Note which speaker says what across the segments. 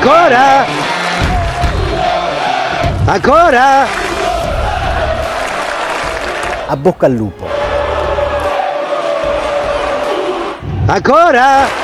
Speaker 1: Ancora? Ancora?
Speaker 2: A bocca al lupo.
Speaker 1: Ancora?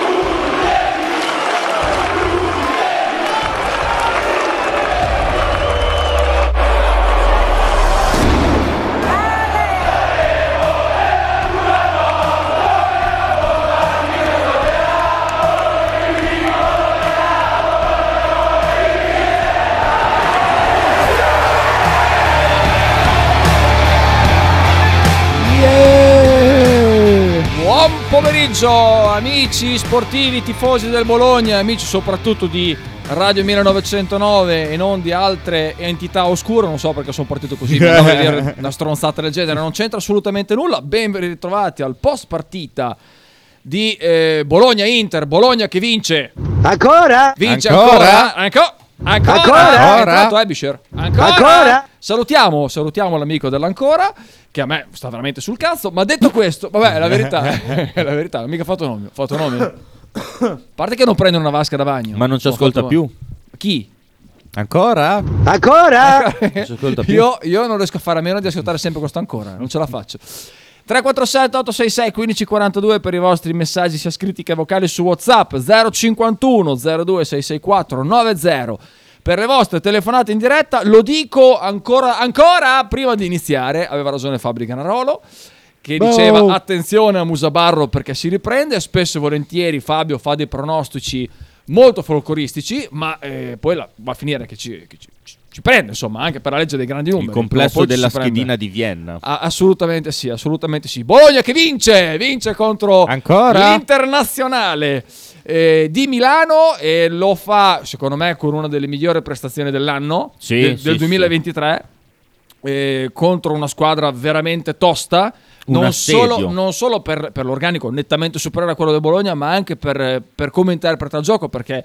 Speaker 3: Buon pomeriggio amici sportivi, tifosi del Bologna, amici soprattutto di Radio 1909 e non di altre entità oscure. Non so perché sono partito così, mi devo dire una stronzata del genere, non c'entra assolutamente nulla. Ben ritrovati al post partita di Bologna-Inter. Bologna che vince.
Speaker 1: Ancora?
Speaker 3: Vince
Speaker 1: Ancora?
Speaker 3: ancora.
Speaker 1: Ancora?
Speaker 3: È entrato Ebisher.
Speaker 1: Ancora?
Speaker 3: Salutiamo l'amico dell'Ancora, che a me sta veramente sul cazzo. Ma detto questo, vabbè, la verità è la verità, mica fatto nome. A parte che non prende una vasca da bagno.
Speaker 4: Ma non ci ascolta più.
Speaker 3: Chi?
Speaker 4: Ancora?
Speaker 1: Ancora?
Speaker 4: Non ci ascolta più.
Speaker 3: Io non riesco a fare a meno di ascoltare sempre questo Ancora, non ce la faccio. 347 866 1542 per i vostri messaggi sia scritti che vocali su WhatsApp, 051 02 664 90 per le vostre telefonate in diretta. Lo dico ancora prima di iniziare, aveva ragione Fabri Cannarolo che diceva attenzione a Musabarro perché si riprende. Spesso e volentieri Fabio fa dei pronostici molto folcloristici, ma poi va a finire che ci prende, insomma, anche per la legge dei grandi numeri.
Speaker 4: Il complesso della schedina di Vienna.
Speaker 3: Assolutamente sì. Bologna che vince contro l'Internazionale di Milano, e lo fa secondo me con una delle migliori prestazioni dell'anno, del 2023, contro una squadra veramente tosta. Non solo per l'organico nettamente superiore a quello del Bologna, ma anche per come interpreta il gioco, perché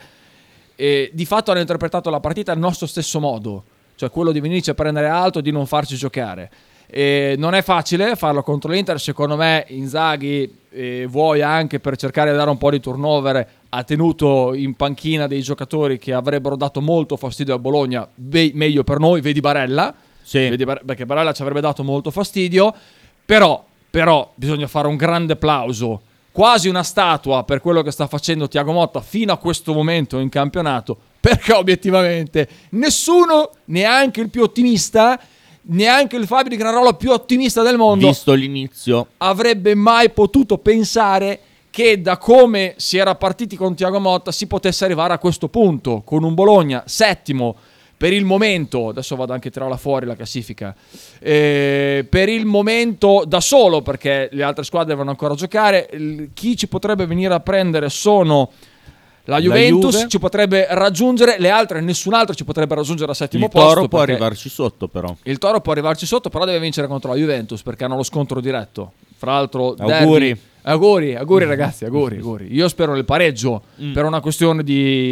Speaker 3: di fatto hanno interpretato la partita al nostro stesso modo, cioè quello di venirci a prendere alto e di non farci giocare. Non è facile farlo contro l'Inter, secondo me Inzaghi vuoi anche per cercare di dare un po' di turnover ha tenuto in panchina dei giocatori che avrebbero dato molto fastidio a Bologna, meglio per noi, vedi Barella, perché Barella ci avrebbe dato molto fastidio, però bisogna fare un grande applauso, quasi una statua, per quello che sta facendo Thiago Motta fino a questo momento in campionato, perché obiettivamente nessuno, neanche il più ottimista, neanche il Fabio di Cannarolo più ottimista del mondo,
Speaker 4: visto l'inizio, avrebbe
Speaker 3: mai potuto pensare che da come si era partiti con Thiago Motta si potesse arrivare a questo punto, con un Bologna settimo per il momento. Adesso vado anche a tirarla fuori la classifica, per il momento da solo, perché le altre squadre devono ancora giocare. Chi ci potrebbe venire a prendere sono la Juventus, ci potrebbe raggiungere, le altre nessun altro ci potrebbe raggiungere al settimo posto.
Speaker 4: Il Toro può arrivarci sotto, però
Speaker 3: il Toro può arrivarci sotto, però deve vincere contro la Juventus, perché hanno lo scontro diretto. Fra l'altro auguri ragazzi, auguri. Io spero nel pareggio per una questione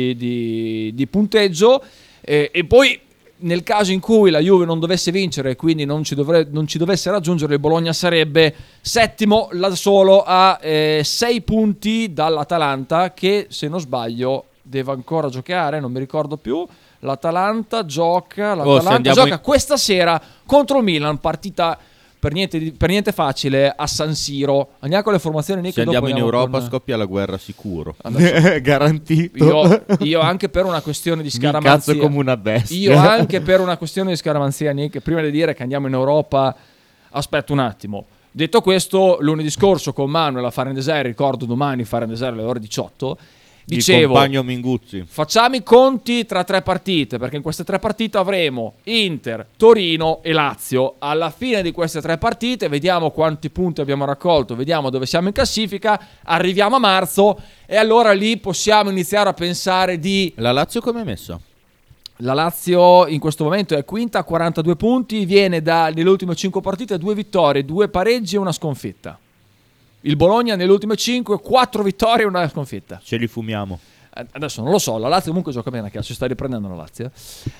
Speaker 3: di punteggio, e poi nel caso in cui la Juve non dovesse vincere e quindi non ci dovesse raggiungere, il Bologna sarebbe settimo da solo a 6 punti dall'Atalanta, che se non sbaglio deve ancora giocare, non mi ricordo più. L'Atalanta gioca questa sera contro il Milan, partita per niente facile a San Siro. Andiamo con le formazioni, Nick.
Speaker 4: Se andiamo in Europa scoppia la guerra sicuro.
Speaker 2: Garantito.
Speaker 3: Io anche per una questione di scaramanzia.
Speaker 4: Mi cazzo come una bestia.
Speaker 3: Io anche per una questione di scaramanzia, Nick, prima di dire che andiamo in Europa, aspetta un attimo. Detto questo, lunedì scorso con Manuel a Farendesere, ricordo domani Farendesere alle ore 18, dicevo,
Speaker 4: compagno Minguzzi,
Speaker 3: facciamo i conti tra 3 partite, perché in queste 3 partite avremo Inter, Torino e Lazio. Alla fine di queste 3 partite vediamo quanti punti abbiamo raccolto, vediamo dove siamo in classifica, arriviamo a marzo e allora lì possiamo iniziare a pensare di...
Speaker 4: La Lazio come è messa?
Speaker 3: La Lazio in questo momento è quinta a 42 punti, viene dalle ultime 5 partite 2 vittorie, 2 pareggi e una sconfitta. Il Bologna nelle ultime 5, 4 vittorie e una sconfitta.
Speaker 4: Ce li fumiamo.
Speaker 3: Adesso non lo so, la Lazio comunque gioca bene a calcio, si sta riprendendo la Lazio.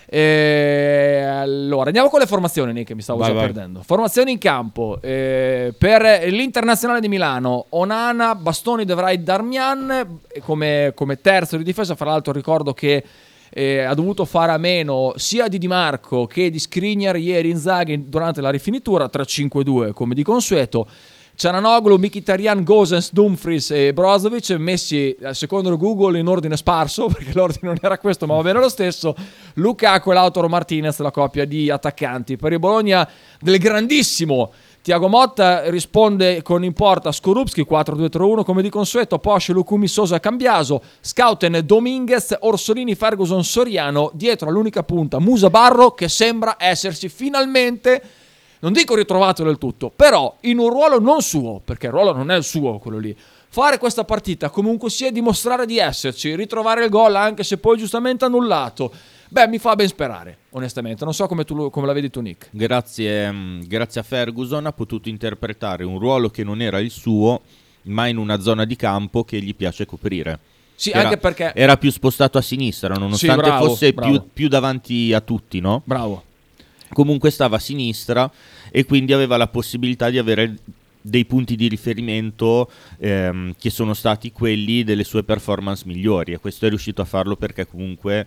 Speaker 3: Allora, andiamo con le formazioni, Nick, mi stavo già perdendo. Formazioni in campo. Per l'Internazionale di Milano, Onana, Bastoni, De Vrij, Darmian come terzo di difesa. Fra l'altro ricordo che ha dovuto fare a meno sia di Di Marco che di Skriniar ieri Inzaghi durante la rifinitura, 3-5-2 come di consueto. Ciananoglu, Mkhitaryan, Gosens, Dumfries e Brozovic messi secondo Google in ordine sparso, perché l'ordine non era questo ma va bene lo stesso. Lukaku e Lautaro Martinez, la coppia di attaccanti. Per il Bologna del grandissimo Thiago Motta risponde con in porta Skorupski, 4-2-3-1 come di consueto, Posch, Lukumi, Sosa, Cambiaso, Scouten, Dominguez, Orsolini, Ferguson, Soriano, dietro all'unica punta Musa Barro, che sembra essersi finalmente, non dico ritrovato del tutto, però in un ruolo non suo, perché il ruolo non è il suo quello lì. Fare questa partita comunque sia dimostrare di esserci, ritrovare il gol anche se poi giustamente annullato, mi fa ben sperare, onestamente. Non so come la vedi tu, Nick.
Speaker 4: Grazie a Ferguson ha potuto interpretare un ruolo che non era il suo, ma in una zona di campo che gli piace coprire.
Speaker 3: Sì, anche perché
Speaker 4: era più spostato a sinistra, nonostante fosse più davanti a tutti, no?
Speaker 3: Bravo.
Speaker 4: Comunque stava a sinistra e quindi aveva la possibilità di avere dei punti di riferimento che sono stati quelli delle sue performance migliori, e questo è riuscito a farlo perché comunque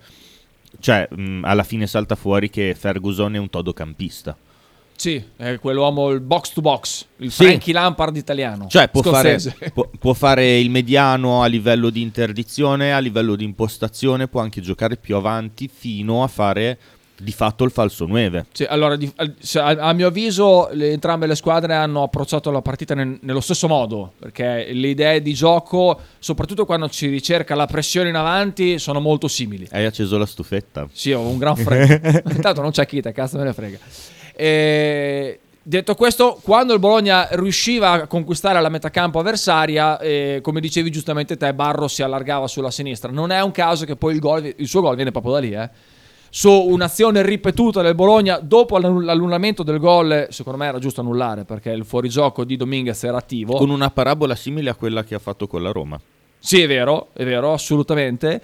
Speaker 4: alla fine salta fuori che Ferguson è un todocampista.
Speaker 3: Sì, è quell'uomo, il box to box, il Frankie Lampard italiano.
Speaker 4: Cioè può fare il mediano a livello di interdizione, a livello di impostazione, può anche giocare più avanti fino a fare di fatto il falso 9.
Speaker 3: Sì, allora, a mio avviso entrambe le squadre hanno approcciato la partita nello stesso modo, perché le idee di gioco, soprattutto quando ci ricerca la pressione in avanti, sono molto simili.
Speaker 4: Hai acceso la stufetta?
Speaker 3: Sì, ho un gran freddo. Intanto non c'è Kita, cazzo me ne frega. Detto questo, quando il Bologna riusciva a conquistare la metacampo avversaria, come dicevi giustamente te, Barro si allargava sulla sinistra. Non è un caso che poi il suo gol viene proprio da lì, su un'azione ripetuta del Bologna dopo l'annullamento del gol. Secondo me era giusto annullare perché il fuorigioco di Dominguez era attivo,
Speaker 4: con una parabola simile a quella che ha fatto con la Roma.
Speaker 3: Sì, è vero, assolutamente.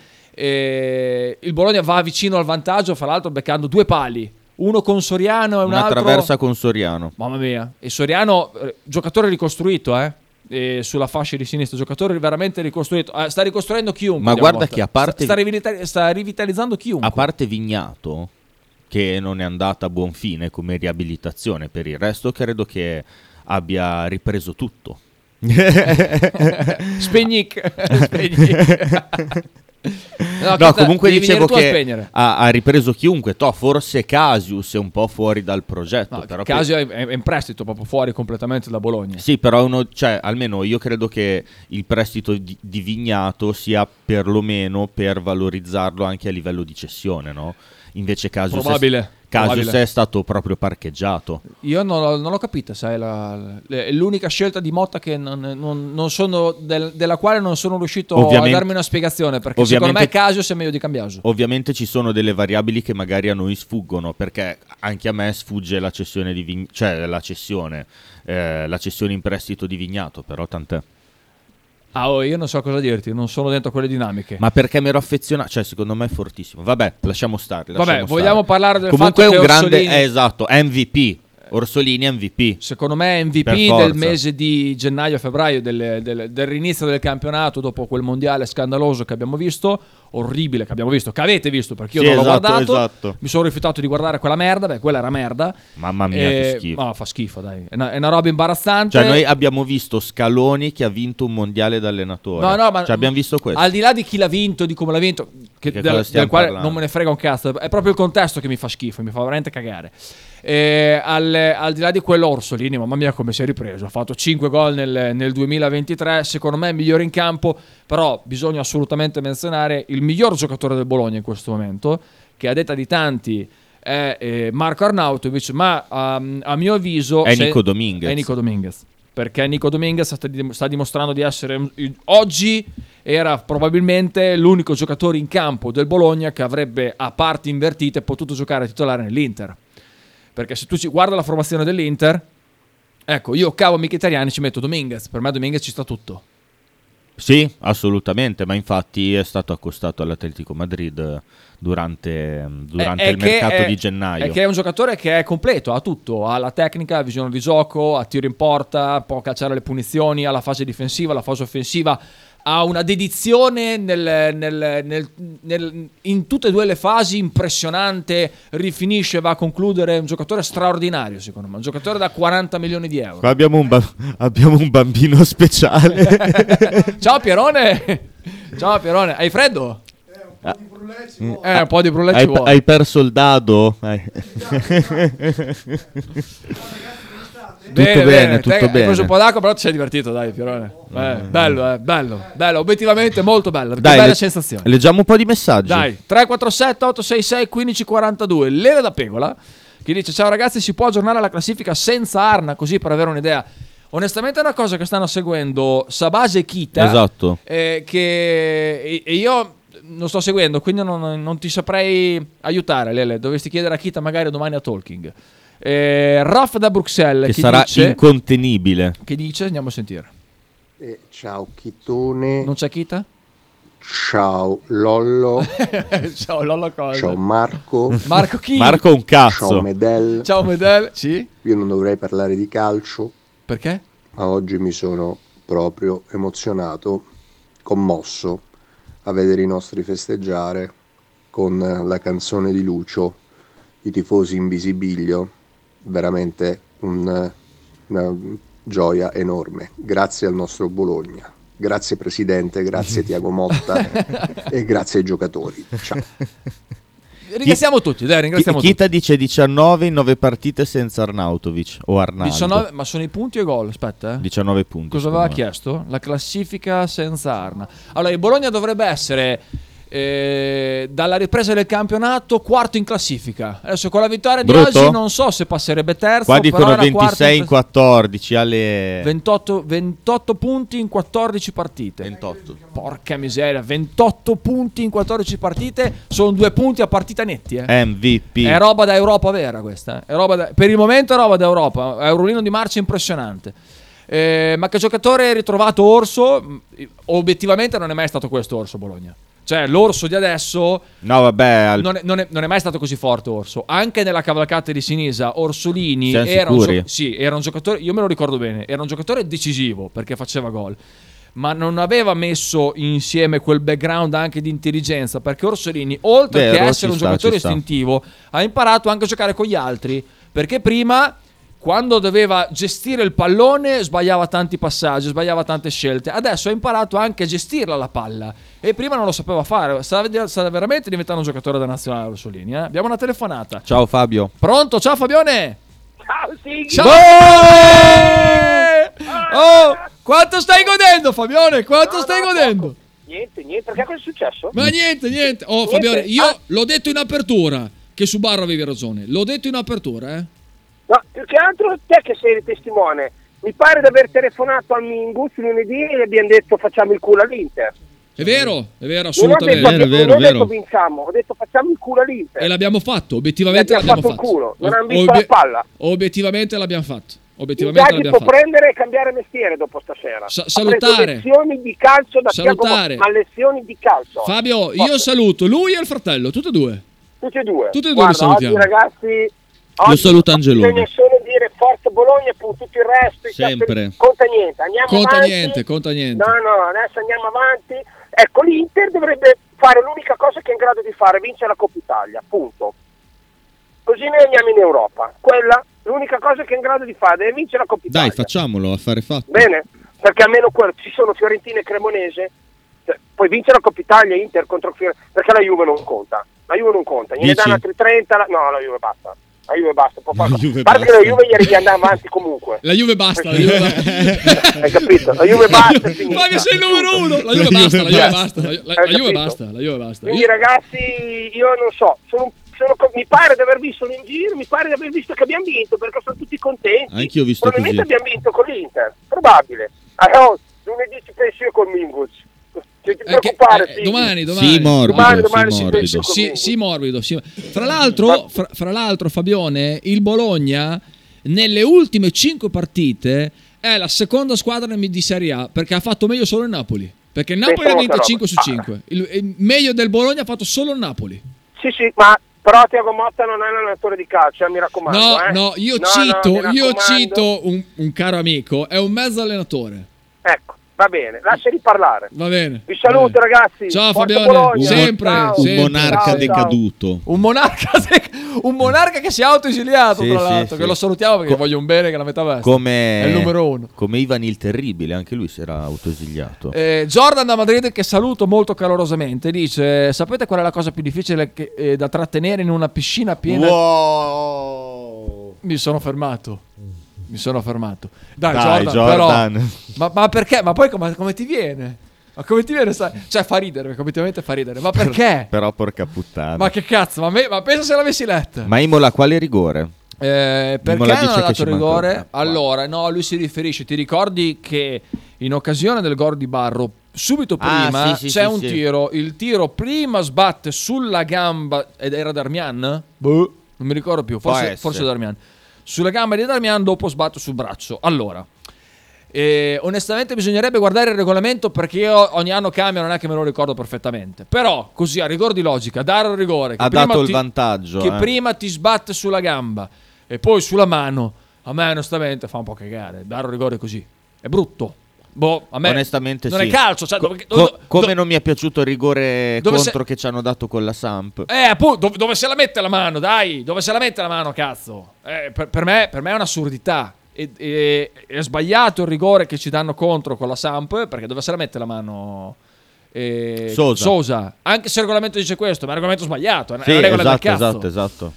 Speaker 3: Il Bologna va vicino al vantaggio, fra l'altro beccando due pali, uno con Soriano e un altro,
Speaker 4: una traversa con Soriano,
Speaker 3: mamma mia. E Soriano, giocatore ricostruito, sulla fascia di sinistra, giocatore veramente ricostruito, sta ricostruendo chiunque.
Speaker 4: Ma guarda che a parte
Speaker 3: sta rivitalizzando chiunque,
Speaker 4: a parte Vignato, che non è andata a buon fine come riabilitazione, per il resto credo che abbia ripreso tutto.
Speaker 3: Spegnic.
Speaker 4: No, comunque dicevo che ha ripreso chiunque. Forse Casius è un po' fuori dal progetto, però
Speaker 3: Casius è in prestito, proprio fuori completamente da Bologna.
Speaker 4: Sì, però almeno io credo che il prestito di Vignato sia perlomeno per valorizzarlo anche a livello di cessione, no? Invece Casius è stato proprio parcheggiato.
Speaker 3: Io non l'ho capita, sai, è l'unica scelta di Motta che non sono della quale non sono riuscito a darmi una spiegazione, perché secondo me Casius è meglio di Cambiaso.
Speaker 4: Ovviamente ci sono delle variabili che magari a noi sfuggono, perché anche a me sfugge la cessione la cessione in prestito di Vignato, però tant'è.
Speaker 3: Io non so cosa dirti, non sono dentro quelle dinamiche.
Speaker 4: Ma perché mi ero affezionato, secondo me è fortissimo. Vabbè, lasciamo stare.
Speaker 3: Vogliamo parlare del
Speaker 4: comunque
Speaker 3: fatto che
Speaker 4: è un grande,
Speaker 3: Orsolini...
Speaker 4: esatto, MVP. Orsolini MVP.
Speaker 3: Secondo me è MVP del mese di gennaio-febbraio, del rinizio del campionato, dopo quel mondiale scandaloso che abbiamo visto, orribile che avete visto, perché io non l'ho guardato.
Speaker 4: Esatto.
Speaker 3: Mi sono rifiutato di guardare quella merda, quella era merda.
Speaker 4: Mamma mia, che schifo.
Speaker 3: No, fa schifo, dai. È una roba imbarazzante.
Speaker 4: Noi abbiamo visto Scaloni che ha vinto un mondiale da allenatore.
Speaker 3: No, ma
Speaker 4: abbiamo visto questo.
Speaker 3: Al di là di chi l'ha vinto, di come l'ha vinto, del quale non me ne frega un cazzo, è proprio il contesto che mi fa schifo, mi fa veramente cagare. Al di là di quello, Orsolini, mamma mia come si è ripreso, ha fatto 5 gol nel 2023, secondo me è migliore in campo, però bisogna assolutamente menzionare il miglior giocatore del Bologna in questo momento, che a detta di tanti è Marco Arnautovic, ma a mio avviso
Speaker 4: è Nico Dominguez,
Speaker 3: perché Nico Dominguez sta dimostrando di essere, oggi era probabilmente l'unico giocatore in campo del Bologna che avrebbe a parti invertite potuto giocare titolare nell'Inter. Perché se tu guarda la formazione dell'Inter, ecco, io cavo Mkhitaryan e ci metto Dominguez. Per me Dominguez ci sta tutto.
Speaker 4: Sì, assolutamente, ma infatti è stato accostato all'Atletico Madrid durante il mercato di gennaio.
Speaker 3: È che è un giocatore che è completo, ha tutto, ha la tecnica, visione di gioco, ha tiro in porta, può calciare le punizioni, ha la fase difensiva, la fase offensiva, ha una dedizione in tutte e due le fasi impressionante, rifinisce, va a concludere, è un giocatore straordinario secondo me, un giocatore da 40 milioni di euro.
Speaker 4: Qua abbiamo un bambino speciale.
Speaker 3: Ciao Pierone, hai freddo? Un po' di brulle ci vuole.
Speaker 4: Hai perso il dado? Tutto bene.
Speaker 3: Hai preso un po' d'acqua, però ti sei divertito, dai, Pierone. Bello, obiettivamente molto bello.
Speaker 4: Dai,
Speaker 3: bella sensazione.
Speaker 4: Leggiamo un po' di messaggi.
Speaker 3: Dai, 347 866 1542. Lele da Pegola che dice: ciao ragazzi, si può aggiornare la classifica senza Arna, così per avere un'idea. Onestamente è una cosa che stanno seguendo Sabase e Kita.
Speaker 4: Esatto.
Speaker 3: Che io non sto seguendo, quindi non ti saprei aiutare, Lele. Dovresti chiedere a Kita magari domani a Talking. Raff da Bruxelles
Speaker 4: che sarà
Speaker 3: dice,
Speaker 4: incontenibile.
Speaker 3: Che dice? Andiamo a sentire.
Speaker 5: Ciao Chitone.
Speaker 3: Non c'è Kita?
Speaker 5: Ciao Lollo.
Speaker 3: Ciao Lollo cosa?
Speaker 5: Ciao Marco.
Speaker 3: Marco chi?
Speaker 4: Marco un cazzo.
Speaker 5: Ciao Medel.
Speaker 3: Ciao Medel. Sì?
Speaker 5: Io non dovrei parlare di calcio.
Speaker 3: Perché?
Speaker 5: Ma oggi mi sono proprio emozionato, commosso a vedere i nostri festeggiare con la canzone di Lucio, I tifosi in visibilio. Veramente una gioia enorme. Grazie al nostro Bologna. Grazie Presidente, grazie Tiago Motta e grazie ai giocatori. Ciao.
Speaker 3: Ringraziamo tutti, dai, ringraziamo
Speaker 4: Kita
Speaker 3: tutti.
Speaker 4: dice 19 in 9 partite senza Arnautovic o Arnaldo.
Speaker 3: 19, ma sono i punti o i gol? Aspetta,
Speaker 4: 19 punti.
Speaker 3: Cosa aveva chiesto? La classifica senza Arna. Allora, il Bologna dovrebbe essere dalla ripresa del campionato quarto in classifica. Adesso con la vittoria di oggi non so se passerebbe terzo.
Speaker 4: Qua dicono 26 in 14 alle
Speaker 3: 28 punti in 14 partite.
Speaker 4: 28.
Speaker 3: Porca miseria, 28 punti in 14 partite, sono 2 punti a partita netti,
Speaker 4: MVP.
Speaker 3: È roba da Europa vera questa, per il momento è roba da Europa, è un rullino di marcia impressionante. Ma che giocatore è ritrovato Orso? Obiettivamente non è mai stato questo Orso Bologna. Cioè l'Orso di adesso non è mai stato così forte Orso. Anche nella cavalcata di Sinisa Orsolini era un giocatore, io me lo ricordo bene, era un giocatore decisivo perché faceva gol, ma non aveva messo insieme quel background anche di intelligenza, perché Orsolini, oltre che essere un giocatore istintivo, ha imparato anche a giocare con gli altri, perché prima, quando doveva gestire il pallone, sbagliava tanti passaggi, sbagliava tante scelte. Adesso ha imparato anche a gestirla la palla e prima non lo sapeva fare. Sta veramente diventando un giocatore da nazionale Orsolini. Abbiamo una telefonata.
Speaker 4: Ciao Fabio.
Speaker 3: Pronto? Ciao Fabione.
Speaker 6: Ciao Sighi.
Speaker 3: Ciao. Oh, quanto stai godendo Fabione? Quanto stai godendo?
Speaker 6: Niente, perché cosa è successo?
Speaker 3: Ma niente. Oh Fabione, io l'ho detto in apertura che su Barro avevi ragione. L'ho detto in apertura,
Speaker 6: No, più che altro te che sei il testimone. Mi pare di aver telefonato a Mingus lunedì e gli abbiamo detto facciamo il culo all'Inter.
Speaker 3: È vero, assolutamente.
Speaker 6: Non ho detto vinciamo, ho detto facciamo il culo all'Inter.
Speaker 3: E l'abbiamo fatto, obiettivamente l'abbiamo fatto.
Speaker 6: Il culo. Non hanno visto la palla.
Speaker 3: Obiettivamente l'abbiamo fatto.
Speaker 6: Inzaghi può prendere e cambiare mestiere dopo stasera.
Speaker 3: Salutare.
Speaker 6: Lezioni di calcio da Salutare. Ma lezioni di calcio.
Speaker 3: Fabio, io saluto lui e il fratello, tutti e due.
Speaker 6: Tutti e due.
Speaker 3: Li salutiamo.
Speaker 6: Oggi ragazzi...
Speaker 4: Lo saluto Angelone.
Speaker 6: Bisogna solo dire forza Bologna e tutto il resto.
Speaker 4: Sempre.
Speaker 6: Conta niente.
Speaker 3: Conta niente.
Speaker 6: No, adesso andiamo avanti. Ecco, l'Inter dovrebbe fare l'unica cosa che è in grado di fare, vincere la Coppa Italia, punto. Così noi andiamo in Europa. Quella, l'unica cosa che è in grado di fare, deve vincere la Coppa Italia.
Speaker 4: Dai, facciamolo, affare fatto.
Speaker 6: Bene, perché almeno ci sono Fiorentina e Cremonese. Poi vince la Coppa Italia, Inter contro Fiorentina, perché la Juve non conta. Gliene danno altri 30, no, la Juve basta. La Juve basta, a parte che la Juve ieri andava avanti comunque.
Speaker 3: La Juve basta.
Speaker 6: Hai capito? La Juve basta.
Speaker 3: Fabio sei il numero uno. La Juve basta.
Speaker 6: Quindi ragazzi, io non so, mi pare di aver visto in giro, mi pare di aver visto che abbiamo vinto, perché sono tutti contenti.
Speaker 4: Anch'io ho visto
Speaker 6: probabilmente
Speaker 4: così.
Speaker 6: Abbiamo vinto con l'Inter, probabile. Lunedì ci penso io col Mingus.
Speaker 3: Domani.
Speaker 4: Sì, morbido.
Speaker 3: Sì, morbido. Fra l'altro, Fabione, il Bologna nelle ultime 5 partite è la seconda squadra di Serie A, perché ha fatto meglio solo il Napoli. Perché il Napoli ha
Speaker 6: Pensiamo
Speaker 3: vinto
Speaker 6: che
Speaker 3: 5 su 5. Il meglio del Bologna ha fatto solo il Napoli.
Speaker 6: Sì, ma però Thiago Motta non è un allenatore di calcio, mi raccomando.
Speaker 3: No, io cito un caro amico, è un mezzo allenatore.
Speaker 6: Ecco, va bene, lasciali parlare.
Speaker 3: Va bene.
Speaker 6: Vi saluto ragazzi.
Speaker 3: Ciao
Speaker 6: Forza
Speaker 3: Fabione,
Speaker 6: Bologna.
Speaker 3: sempre.
Speaker 4: Un monarca decaduto.
Speaker 3: Un monarca che si è autoesiliato,
Speaker 4: Sì,
Speaker 3: tra
Speaker 4: sì,
Speaker 3: l'altro,
Speaker 4: sì.
Speaker 3: che lo salutiamo perché voglio un bene che la metà veste.
Speaker 4: Come
Speaker 3: è il numero 1.
Speaker 4: Come Ivan il Terribile, anche lui si era autoesiliato.
Speaker 3: Jordan da Madrid, che saluto molto calorosamente, dice: sapete qual è la cosa più difficile da trattenere in una piscina piena?
Speaker 4: Wow.
Speaker 3: Mi sono fermato. Dai Jordan. Però, ma perché? Ma poi come ti viene? Ma come ti viene? Cioè fa ridere, obiettivamente fa ridere. Ma perché?
Speaker 4: Però porca puttana.
Speaker 3: Ma che cazzo? Ma pensa se l'avessi letta.
Speaker 4: Ma Imola quale rigore?
Speaker 3: Perché non ha dato rigore? Allora, no, lui si riferisce. Ti ricordi che in occasione del gol di Barro, subito prima c'è un tiro. Il tiro prima sbatte sulla gamba ed era Darmian? Non mi ricordo più. Forse Darmian. Sulla gamba di Darmian, dopo sbatte sul braccio. Allora, onestamente bisognerebbe guardare il regolamento, perché io ogni anno cambio, non è che me lo ricordo perfettamente. Però così a rigor di logica, dare il rigore che
Speaker 4: ha dato il vantaggio,
Speaker 3: che prima ti sbatte sulla gamba e poi sulla mano, a me onestamente fa un po' cagare. Dare un rigore così è brutto. A me
Speaker 4: onestamente
Speaker 3: non
Speaker 4: sì.
Speaker 3: è calcio, cioè,
Speaker 4: come non mi è piaciuto il rigore contro che ci hanno dato con la Samp.
Speaker 3: Appunto, dove se la mette la mano, dai, dove se la mette la mano, cazzo. Per me è un'assurdità. È sbagliato il rigore che ci danno contro con la Samp, perché dove se la mette la mano Sosa. Anche se il regolamento dice questo, ma è un regolamento sbagliato, è una regola del cazzo.
Speaker 4: Esatto.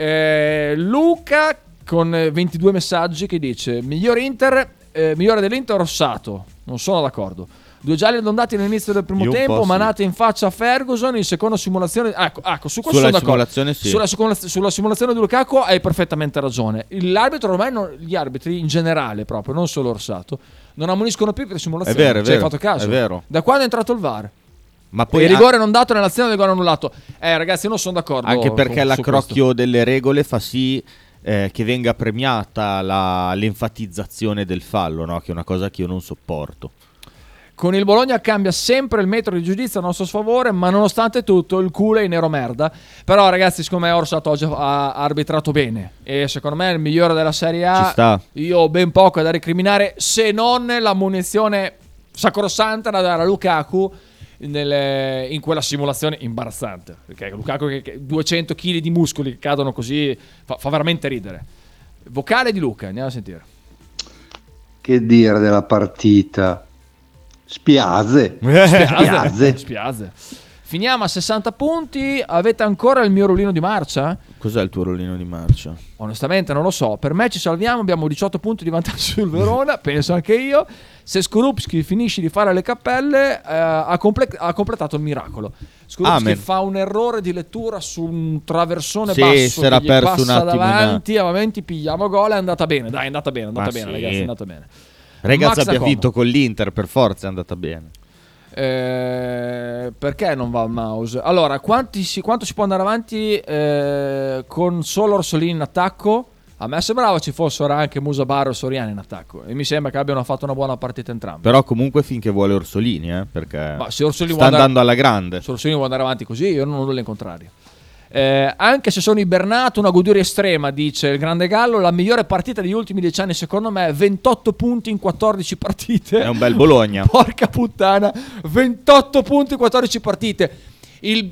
Speaker 3: Luca con 22 messaggi che dice: migliore dell'Inter Rossato. Non sono d'accordo. 2 gialli allungati all'inizio del primo tempo, manate in faccia a Ferguson in seconda simulazione. Ecco, su questo sono d'accordo.
Speaker 4: Sì.
Speaker 3: Sulla simulazione di Lukaku hai perfettamente ragione. L'arbitro ormai gli arbitri in generale, proprio, non solo Orsato, non ammoniscono più per simulazione.
Speaker 4: È vero,
Speaker 3: hai fatto caso?
Speaker 4: È vero.
Speaker 3: Da quando è entrato il VAR?
Speaker 4: Ma poi
Speaker 3: il rigore non dato nell'azione del gol annullato. Ragazzi, io non sono d'accordo.
Speaker 4: Anche perché l'accrocchio delle regole fa sì che venga premiata l'enfatizzazione del fallo, no? Che è una cosa che io non sopporto.
Speaker 3: Con il Bologna cambia sempre il metro di giudizio a nostro sfavore, ma nonostante tutto il culo è nero merda. Però ragazzi, secondo me Orsato oggi ha arbitrato bene e secondo me è il migliore della Serie A.
Speaker 4: Ci sta.
Speaker 3: Io ho ben poco da recriminare, se non la munizione sacrosanta da dare a Lukaku in quella simulazione imbarazzante, perché Lukaku che 200 kg di muscoli che cadono così fa veramente ridere. Vocale di Luca, andiamo a sentire.
Speaker 7: Che dire della partita? Spiazze.
Speaker 3: Finiamo a 60 punti. Avete ancora il mio ruolino di marcia?
Speaker 4: Cos'è il tuo ruolino di marcia?
Speaker 3: Onestamente non lo so. Per me ci salviamo, abbiamo 18 punti di vantaggio sul Verona. Penso anche io. Se Skorupski finisce di fare le cappelle, ha completato il miracolo. Skorupski fa un errore di lettura su un traversone basso
Speaker 4: si era
Speaker 3: che gli
Speaker 4: perso
Speaker 3: passa
Speaker 4: un attimo
Speaker 3: davanti, pigliamo gol. È andata bene, dai, è andata bene ragazzi, è andata bene.
Speaker 4: Ragazzi, abbia vinto con l'Inter, per forza è andata bene.
Speaker 3: Perché non va il mouse? Allora, quanto si può andare avanti con solo Orsolini in attacco? A me sembrava ci fossero anche Musabarro e Soriano in attacco e mi sembra che abbiano fatto una buona partita entrambi.
Speaker 4: Però comunque finché vuole Orsolini, perché
Speaker 3: se Orsolini
Speaker 4: sta andando alla grande.
Speaker 3: Se Orsolini vuole andare avanti così, io non ho nulla in contrario. Anche se sono ibernato, una goduria estrema, dice il grande Gallo. La migliore partita degli ultimi 10 anni secondo me è 28 punti in 14 partite.
Speaker 4: È un bel Bologna.
Speaker 3: Porca puttana, 28 punti in 14 partite. Il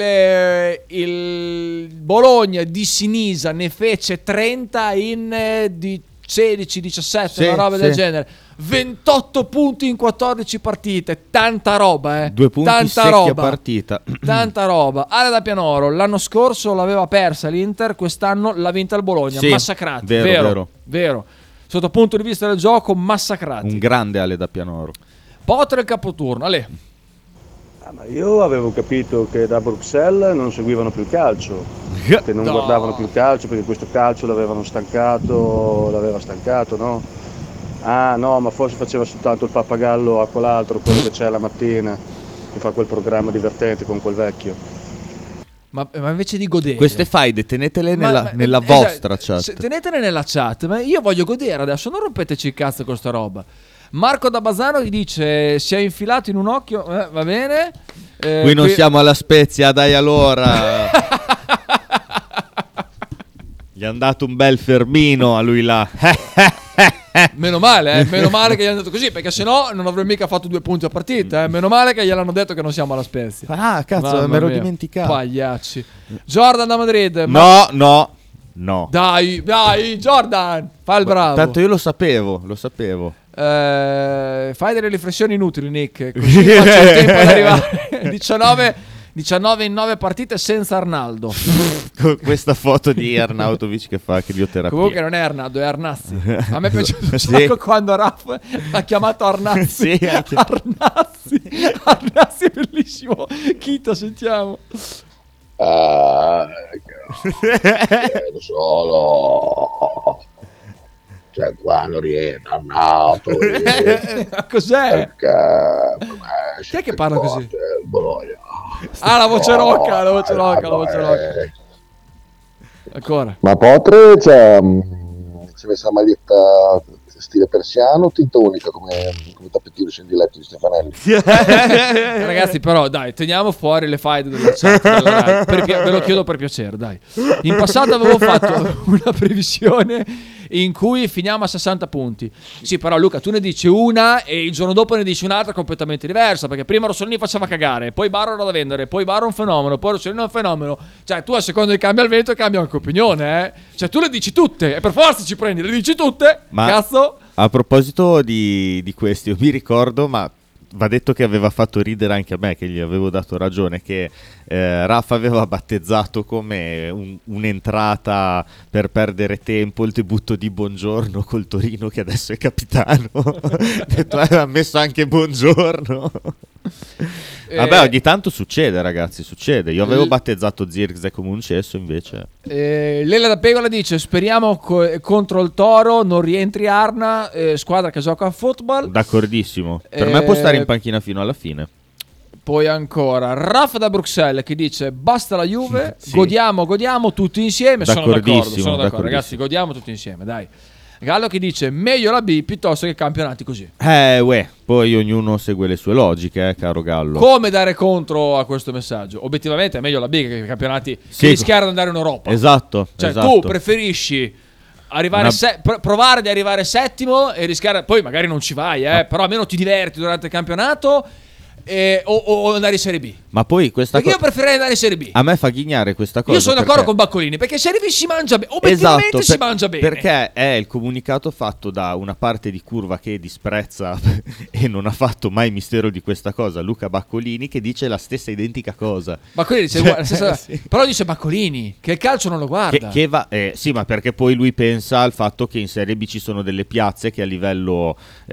Speaker 3: Bologna di Sinisa ne fece 30 in 16-17, una roba del genere. 28 punti in 14 partite, tanta roba,
Speaker 4: 2 punti
Speaker 3: tanta
Speaker 4: secchi
Speaker 3: roba.
Speaker 4: a partita.
Speaker 3: Tanta roba. Ale da Pianoro, l'anno scorso l'aveva persa l'Inter, quest'anno l'ha vinta il Bologna, massacrati. Vero. Sotto il punto di vista del gioco, massacrati.
Speaker 4: Un grande Ale da Pianoro.
Speaker 3: Potre il capoturno, Ale.
Speaker 8: Ma io avevo capito che da Bruxelles non seguivano più il calcio, che non guardavano più il calcio perché questo calcio l'aveva stancato, no? Ah no, ma forse faceva soltanto il pappagallo a quell'altro, quello che c'è la mattina, che fa quel programma divertente con quel vecchio.
Speaker 3: Ma invece di godere,
Speaker 4: queste faide tenetele nella vostra chat.
Speaker 3: Tenetele nella chat, ma io voglio godere adesso, non rompeteci il cazzo con sta roba. Marco da Basano gli dice si è infilato in un occhio, va bene.
Speaker 4: Qui non siamo alla Spezia, dai allora. Gli hanno dato un bel fermino a lui là.
Speaker 3: Meno male che gli hanno detto così, perché sennò non avrebbe mica fatto 2 punti a partita. Meno male che gliel'hanno detto che non siamo alla Spezia.
Speaker 4: Ah, cazzo, me l'ero dimenticato.
Speaker 3: Pagliacci. Jordan da Madrid.
Speaker 4: No.
Speaker 3: Dai, Jordan, fai il bravo.
Speaker 4: Tanto io lo sapevo.
Speaker 3: Fai delle riflessioni inutili, Nick, così faccio il tempo ad arrivare. 19 in 9 partite senza Arnaldo.
Speaker 4: Con questa foto di Arnautovic che fa crioterapia.
Speaker 3: Comunque non è Arnaldo, è Arnazzi. A me è piaciuto un sacco quando Raff l'ha chiamato Arnazzi.
Speaker 4: Sì,
Speaker 3: Arnazzi è bellissimo. Chito, sentiamo.
Speaker 9: Solo cioè quando rientra Arnautovic.
Speaker 3: Cos'è? Chi è che parla così?
Speaker 9: Il Bologna.
Speaker 3: La voce rocca. Ancora.
Speaker 9: Ma Potre c'è messa la maglietta stile persiano, tinta unica come tappetino scendiletto di Stefanelli.
Speaker 3: Ragazzi, però dai, teniamo fuori le faide della chat. Ve lo chiedo per piacere, dai. In passato avevo fatto una previsione in cui finiamo a 60 punti. Sì, però Luca, tu ne dici una e il giorno dopo ne dici un'altra completamente diversa, perché prima Rossellini faceva cagare, poi Barro era da vendere, poi Barro un fenomeno, poi Rossellini è un fenomeno. Cioè, tu a seconda di cambia il vento cambia anche opinione, eh? Cioè, tu le dici tutte e per forza ci prendi, le dici tutte.
Speaker 4: Ma
Speaker 3: cazzo.
Speaker 4: A proposito di questi, io mi ricordo, ma va detto che aveva fatto ridere anche a me, che gli avevo dato ragione, che Raffa aveva battezzato come un'entrata per perdere tempo il debutto di Buongiorno col Torino, che adesso è capitano. Ha messo anche Buongiorno. Vabbè, ogni tanto succede, ragazzi, succede. Io avevo battezzato Zirkzee come un cesso, invece.
Speaker 3: Lela da Pegola dice speriamo contro il Toro non rientri Arna, squadra che gioca a football.
Speaker 4: D'accordissimo. Per me può stare in panchina fino alla fine.
Speaker 3: Poi ancora Raff da Bruxelles che dice basta la Juve,
Speaker 4: sì.
Speaker 3: godiamo tutti insieme. Sono d'accordo,
Speaker 4: d'accordissimo.
Speaker 3: ragazzi, godiamo tutti insieme, dai. Gallo che dice meglio la B piuttosto che campionati così.
Speaker 4: Poi ognuno segue le sue logiche, caro Gallo.
Speaker 3: Come dare contro a questo messaggio? Obiettivamente è meglio la B che i campionati che rischiare di andare in Europa.
Speaker 4: Esatto.
Speaker 3: Cioè tu preferisci arrivare provare di arrivare settimo e rischiare, poi magari non ci vai, però almeno ti diverti durante il campionato. O andare in Serie B.
Speaker 4: Ma poi questa
Speaker 3: perché io preferirei andare in Serie B.
Speaker 4: A me fa ghignare questa cosa.
Speaker 3: Io sono d'accordo con Baccolini, perché in Serie B si mangia bene. Obiettivamente si mangia bene.
Speaker 4: Perché è il comunicato fatto da una parte di curva che disprezza e non ha fatto mai mistero di questa cosa, Luca Baccolini, che dice la stessa identica cosa.
Speaker 3: Baccolini dice sì. Però dice Baccolini che il calcio non lo guarda.
Speaker 4: Sì, ma perché poi lui pensa al fatto che in Serie B ci sono delle piazze che a livello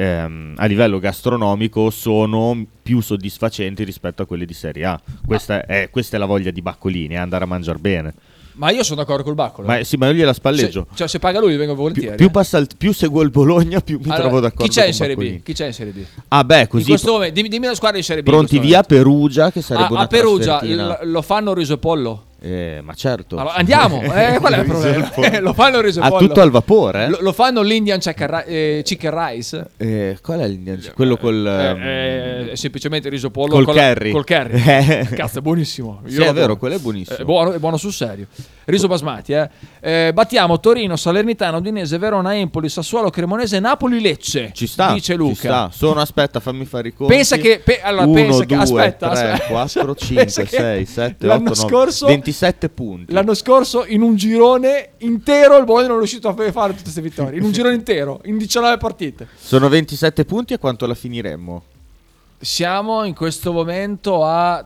Speaker 4: gastronomico sono più soddisfacenti rispetto a quelle di Serie A. Questa è la voglia di Baccolini, andare a mangiare bene.
Speaker 3: Ma io sono d'accordo col Baccolo.
Speaker 4: Ma io gliela spalleggio.
Speaker 3: Se paga lui vengo volentieri.
Speaker 4: Più seguo il Bologna, più mi trovo d'accordo.
Speaker 3: Chi c'è in Serie B? Chi c'è in Serie B?
Speaker 4: Così.
Speaker 3: In questo momento, dimmi la squadra di Serie B.
Speaker 4: Pronti via Perugia, che sarebbe una
Speaker 3: Perugia
Speaker 4: trasfertina.
Speaker 3: lo fanno riso e pollo?
Speaker 4: Ma certo.
Speaker 3: Allora, andiamo. Qual è il problema? Lo fanno il riso e pollo.
Speaker 4: Tutto al vapore?
Speaker 3: Lo fanno l'Indian chicken rice?
Speaker 4: Qual è l'Indian? Quello
Speaker 3: è semplicemente riso e pollo
Speaker 4: col curry.
Speaker 3: Col curry. Cazzo, è buonissimo.
Speaker 4: Sì, è vero, quello è buonissimo.
Speaker 3: È buono sul serio. Riso basmati, battiamo Torino, Salernitana, Udinese, Verona, Empoli, Sassuolo, Cremonese, Napoli, Lecce.
Speaker 4: Ci sta.
Speaker 3: Dice Luca.
Speaker 4: Aspetta, fammi fare i conti.
Speaker 3: Pensa che 1, 2, 3,
Speaker 4: 4, 5, 6, 7, 8, 9, 27 punti.
Speaker 3: L'anno scorso in un girone intero il Bologna non è riuscito a fare tutte queste vittorie. In un girone intero, in 19 partite.
Speaker 4: Sono 27 punti, e quanto la finiremmo?
Speaker 3: Siamo in questo momento a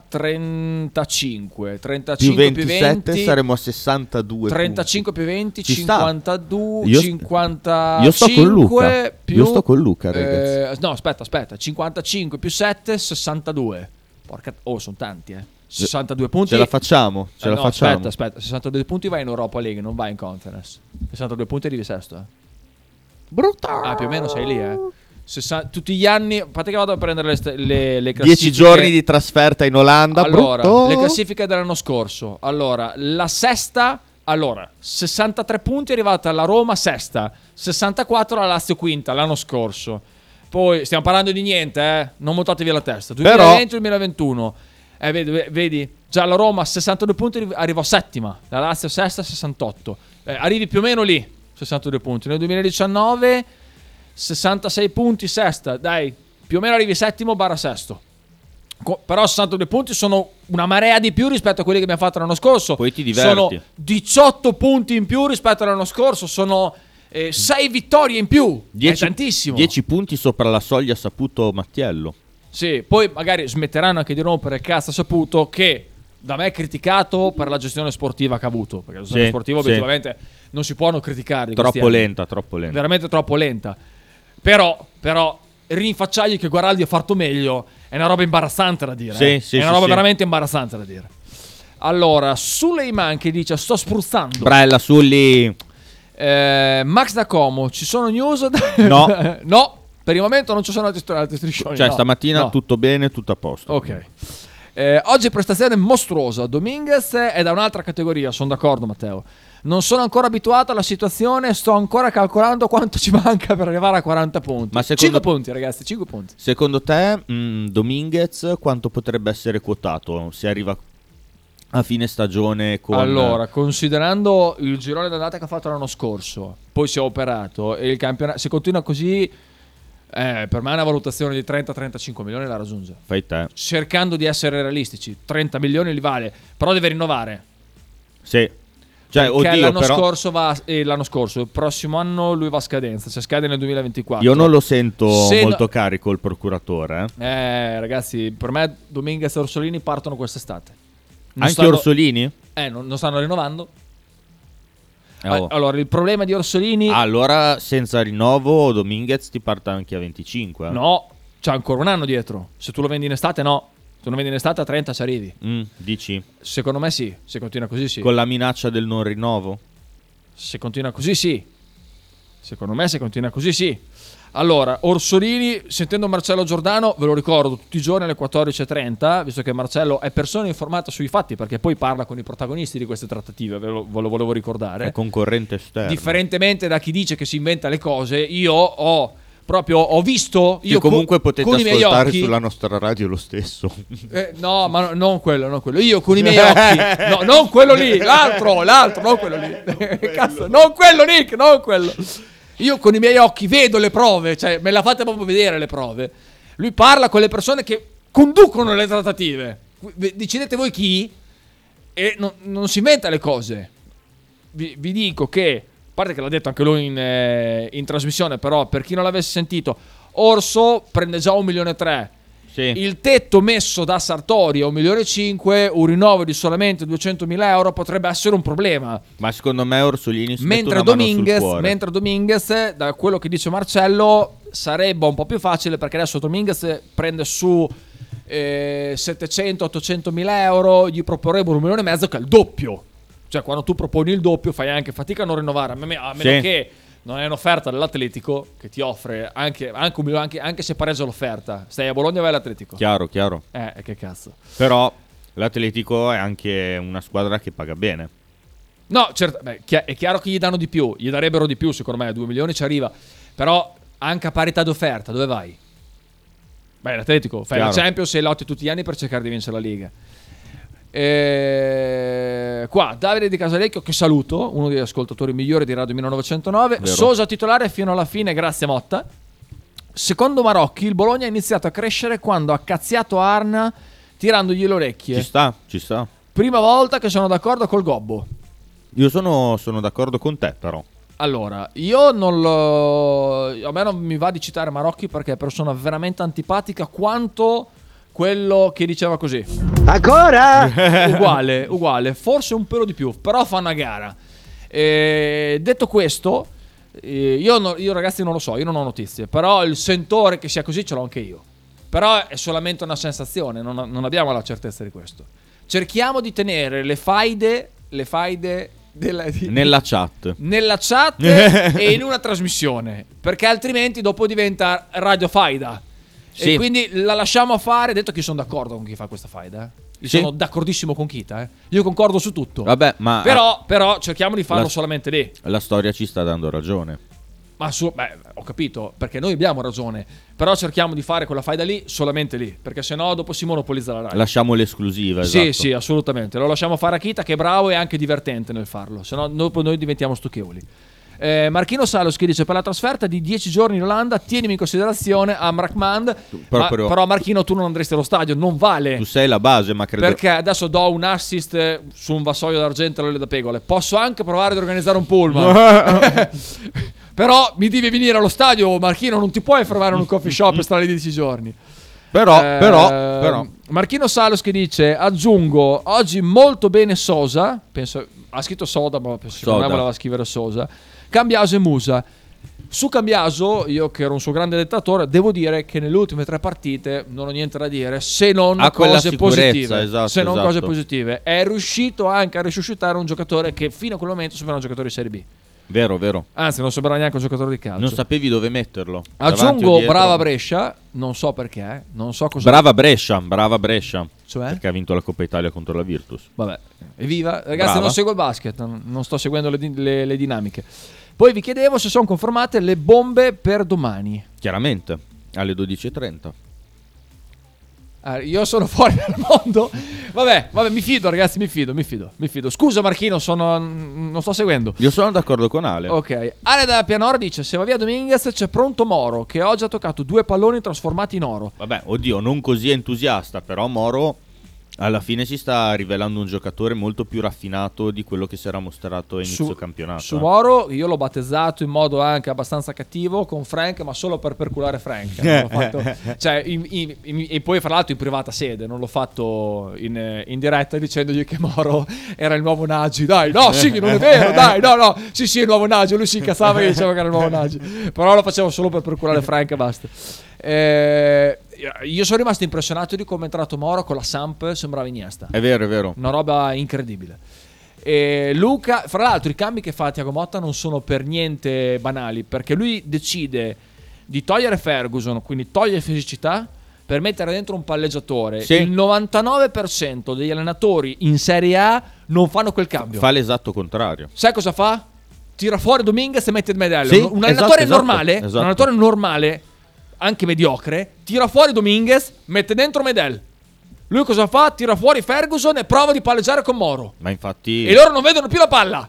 Speaker 3: 35
Speaker 4: più 27
Speaker 3: più 20
Speaker 4: saremo a 62
Speaker 3: 35
Speaker 4: punti.
Speaker 3: più 20
Speaker 4: Ci
Speaker 3: 52
Speaker 4: sta.
Speaker 3: 55
Speaker 4: io sto con Luca.
Speaker 3: più,
Speaker 4: io sto con Luca, ragazzi.
Speaker 3: no aspetta 55 più 7 62. Porca sono tanti 62 punti.
Speaker 4: Ce la facciamo, facciamo.
Speaker 3: Aspetta 62 punti vai in Europa League, non vai in Conference. 62 punti arrivi sesto.
Speaker 4: Brutta.
Speaker 3: Più o meno sei lì tutti gli anni, a parte che vado a prendere le classifiche.
Speaker 4: 10 giorni di trasferta in Olanda.
Speaker 3: Allora,
Speaker 4: brutto.
Speaker 3: le classifiche dell'anno scorso. Allora, la sesta, 63 punti è arrivata alla Roma sesta, 64 alla Lazio quinta l'anno scorso. Poi stiamo parlando di niente, non montate via la testa. 2020-2021. Vedi, già la Roma 62 punti arrivò settima, la Lazio sesta 68. Arrivi più o meno lì, 62 punti. Nel 2019 66 punti sesta, dai, più o meno arrivi settimo barra sesto. Però 62 punti sono una marea di più rispetto a quelli che abbiamo fatto l'anno scorso.
Speaker 4: Poi ti diverti.
Speaker 3: Sono 18 punti in più rispetto all'anno scorso. Sono 6 vittorie in più.
Speaker 4: 10,
Speaker 3: è tantissimo.
Speaker 4: 10 punti sopra la soglia Saputo Mattiello.
Speaker 3: Sì, poi magari smetteranno anche di rompere il cazzo Saputo, che da me è criticato per la gestione sportiva che ha avuto. Perché la gestione sportiva obiettivamente non si può non criticare.
Speaker 4: Troppo lenta.
Speaker 3: Veramente troppo lenta. Però rinfacciargli che Guaraldi ha fatto meglio è una roba imbarazzante da dire. È una roba veramente imbarazzante da dire. Allora, Suleiman che dice sto spruzzando.
Speaker 4: Brella Sulli.
Speaker 3: Max da Como, ci sono news?
Speaker 4: No.
Speaker 3: No, per il momento non ci sono altri striscioni.
Speaker 4: Cioè
Speaker 3: no.
Speaker 4: stamattina tutto bene, tutto a posto.
Speaker 3: Ok. Oggi prestazione mostruosa. Dominguez è da un'altra categoria, sono d'accordo Matteo. Non sono ancora abituato alla situazione, sto ancora calcolando quanto ci manca per arrivare a 40 punti.
Speaker 4: Ma
Speaker 3: 5 punti ragazzi, 5 punti.
Speaker 4: Secondo te Dominguez quanto potrebbe essere quotato se arriva a fine stagione con...
Speaker 3: Allora, considerando il girone d'andata che ha fatto l'anno scorso, poi si è operato e il campionato, se continua così, per me una valutazione di 30-35 milioni la raggiunge.
Speaker 4: Fai te.
Speaker 3: Cercando di essere realistici, 30 milioni li vale, però deve rinnovare.
Speaker 4: Sì. Cioè,
Speaker 3: l'anno scorso, il prossimo anno lui va a scadenza, cioè scade nel 2024.
Speaker 4: Io non lo sento molto carico il procuratore.
Speaker 3: Ragazzi, per me Dominguez e Orsolini partono quest'estate.
Speaker 4: Orsolini?
Speaker 3: Non stanno rinnovando. Allora, il problema di Orsolini...
Speaker 4: Allora, senza rinnovo, Dominguez ti parte anche a 25.
Speaker 3: No, c'è ancora un anno dietro. Se tu lo vendi in estate, no. Se lo vendi in estate a 30 ci arrivi.
Speaker 4: Dici?
Speaker 3: Secondo me sì, se continua così sì.
Speaker 4: Con la minaccia del non rinnovo?
Speaker 3: Se continua così sì. Secondo me se continua così sì. Allora, Orsolini, sentendo Marcello Giordano, ve lo ricordo tutti i giorni alle 14.30, visto che Marcello è persona informata sui fatti, perché poi parla con i protagonisti di queste trattative, ve lo volevo ricordare.
Speaker 4: È concorrente esterno.
Speaker 3: Differentemente da chi dice che si inventa le cose, io ho visto...
Speaker 4: Che comunque potete ascoltare sulla nostra radio lo stesso.
Speaker 3: No, ma non quello. Io con i miei occhi... No, non quello lì, l'altro, non quello lì. Cazzo, non quello, Nick, non quello. Io con i miei occhi vedo le prove, cioè me la fate proprio vedere le prove. Lui parla con le persone che conducono le trattative. Decidete voi chi, e non si inventa le cose. Vi dico che, a parte che l'ha detto anche lui in trasmissione, però per chi non l'avesse sentito, Orso prende già 1,3 milioni. Sì. Il tetto messo da Sartori a 1,5 milioni, un rinnovo di solamente 200.000 euro potrebbe essere un problema.
Speaker 4: Ma secondo me Orsolini si mette
Speaker 3: mentre
Speaker 4: una mano sul cuore.
Speaker 3: Mentre Dominguez, da quello che dice Marcello, sarebbe un po' più facile, perché adesso Dominguez prende su 700-800.000 euro, gli proporrebbero 1,5 milioni, che è il doppio. Cioè quando tu proponi il doppio fai anche fatica a non rinnovare, a meno che non è un'offerta dell'Atletico che ti offre anche se pareggia l'offerta. Stai a Bologna, vai all'Atletico.
Speaker 4: Chiaro.
Speaker 3: Che cazzo.
Speaker 4: Però l'Atletico è anche una squadra che paga bene.
Speaker 3: No, certo, è chiaro che gli danno di più. Gli darebbero di più, secondo me, a 2 milioni ci arriva. Però anche a parità d'offerta, dove vai? Beh, l'Atletico, fai la Champions e lotti tutti gli anni per cercare di vincere la Liga. Qua Davide Di Casalecchio, che saluto, uno degli ascoltatori migliori di Radio 1909. Vero. Sosa titolare fino alla fine, grazie Motta. Secondo Marocchi il Bologna ha iniziato a crescere quando ha cazziato Arna tirandogli le orecchie.
Speaker 4: Ci sta.
Speaker 3: Prima volta che sono d'accordo col Gobbo.
Speaker 4: Io sono d'accordo con te, però.
Speaker 3: Allora, a me non mi va di citare Marocchi perché è persona veramente antipatica quanto quello che diceva così.
Speaker 1: Ancora?
Speaker 3: Uguale, forse un pelo di più, però fa una gara. Detto questo, io ragazzi non lo so, io non ho notizie, però il sentore che sia così ce l'ho anche io. Però è solamente una sensazione, non abbiamo la certezza di questo. Cerchiamo di tenere le faide
Speaker 4: nella chat
Speaker 3: e in una trasmissione, perché altrimenti dopo diventa radio faida.
Speaker 4: Sì.
Speaker 3: E quindi la lasciamo fare. Detto che io sono d'accordo con chi fa questa faida, Io sono d'accordissimo con Kita, Io concordo su tutto.
Speaker 4: Vabbè, ma
Speaker 3: però cerchiamo di farlo solamente lì.
Speaker 4: La storia ci sta dando ragione.
Speaker 3: Ma ho capito, perché noi abbiamo ragione. Però cerchiamo di fare quella faida lì solamente lì, perché sennò dopo si monopolizza la Rai.
Speaker 4: Lasciamo l'esclusiva, esatto.
Speaker 3: Sì, assolutamente. Lo lasciamo fare a Kita, che è bravo e anche divertente nel farlo. Sennò dopo noi diventiamo stucchevoli. Marchino Salos che dice: per la trasferta di 10 giorni in Olanda tienimi in considerazione Amrakhmand. Però Marchino, tu non andresti allo stadio, non vale.
Speaker 4: Tu sei la base, ma credo.
Speaker 3: Perché adesso do un assist su un vassoio d'argento alle da pegole. Posso anche provare ad organizzare un pullman. Però mi devi venire allo stadio, Marchino, non ti puoi fermare in un coffee shop e stare lì 10 giorni.
Speaker 4: Però
Speaker 3: Marchino Salos che dice: aggiungo oggi molto bene Sosa. Penso ha scritto Soda, ma secondo me voleva scrivere Sosa. Cambiaso e Musa. Su Cambiaso, io che ero un suo grande dettatore, devo dire che nelle ultime 3 partite non ho niente da dire, se non cose positive.
Speaker 4: Esatto.
Speaker 3: Cose positive. È riuscito anche a risuscitare un giocatore che fino a quel momento sembrava un giocatore di Serie B.
Speaker 4: Vero.
Speaker 3: Anzi, non sembrava neanche un giocatore di calcio.
Speaker 4: Non sapevi dove metterlo.
Speaker 3: Aggiungo brava Brescia, non so perché, non so cosa.
Speaker 4: Brava Brescia.
Speaker 3: Cioè?
Speaker 4: Perché ha vinto la Coppa Italia contro la Virtus.
Speaker 3: Vabbè, evviva. Ragazzi, non seguo il basket, non sto seguendo le dinamiche. Poi vi chiedevo se sono confermate le bombe per domani.
Speaker 4: Chiaramente, alle 12:30.
Speaker 3: Io sono fuori dal mondo. Vabbè, mi fido, ragazzi, mi fido. Scusa Marchino, non sto seguendo.
Speaker 4: Io sono d'accordo con Ale.
Speaker 3: Ok. Ale da Pianoro dice: se va via Dominguez c'è pronto Moro, che oggi ha toccato 2 palloni trasformati in oro.
Speaker 4: Vabbè, oddio, non così entusiasta, però Moro alla fine si sta rivelando un giocatore molto più raffinato di quello che si era mostrato a inizio campionato.
Speaker 3: Su Moro io l'ho battezzato in modo anche abbastanza cattivo con Frank, ma solo per perculare Frank. L'ho fatto, cioè, e poi fra l'altro in privata sede, non l'ho fatto in diretta dicendogli che Moro era il nuovo Nagy. Dai, no, sì, non è vero, dai, no, sì, è il nuovo Nagy. Lui si incazzava e diceva che era il nuovo Nagy. Però lo facevo solo per perculare Frank e basta. Io sono rimasto impressionato di come è entrato Moro con la Samp, sembrava Iniesta.
Speaker 4: È vero.
Speaker 3: Una roba incredibile. Luca, fra l'altro i cambi che fa Thiago Motta non sono per niente banali, perché lui decide di togliere Ferguson, quindi toglie fisicità, per mettere dentro un palleggiatore.
Speaker 4: Sì.
Speaker 3: Il 99% degli allenatori in Serie A non fanno quel cambio.
Speaker 4: Fa l'esatto contrario.
Speaker 3: Sai cosa fa? Tira fuori Dominguez e mette il Medello.
Speaker 4: Sì,
Speaker 3: un allenatore normale,
Speaker 4: esatto.
Speaker 3: un allenatore normale, anche mediocre, tira fuori Dominguez, mette dentro Medel. Lui cosa fa? Tira fuori Ferguson e prova di palleggiare con Moro.
Speaker 4: Ma infatti
Speaker 3: e loro non vedono più la palla.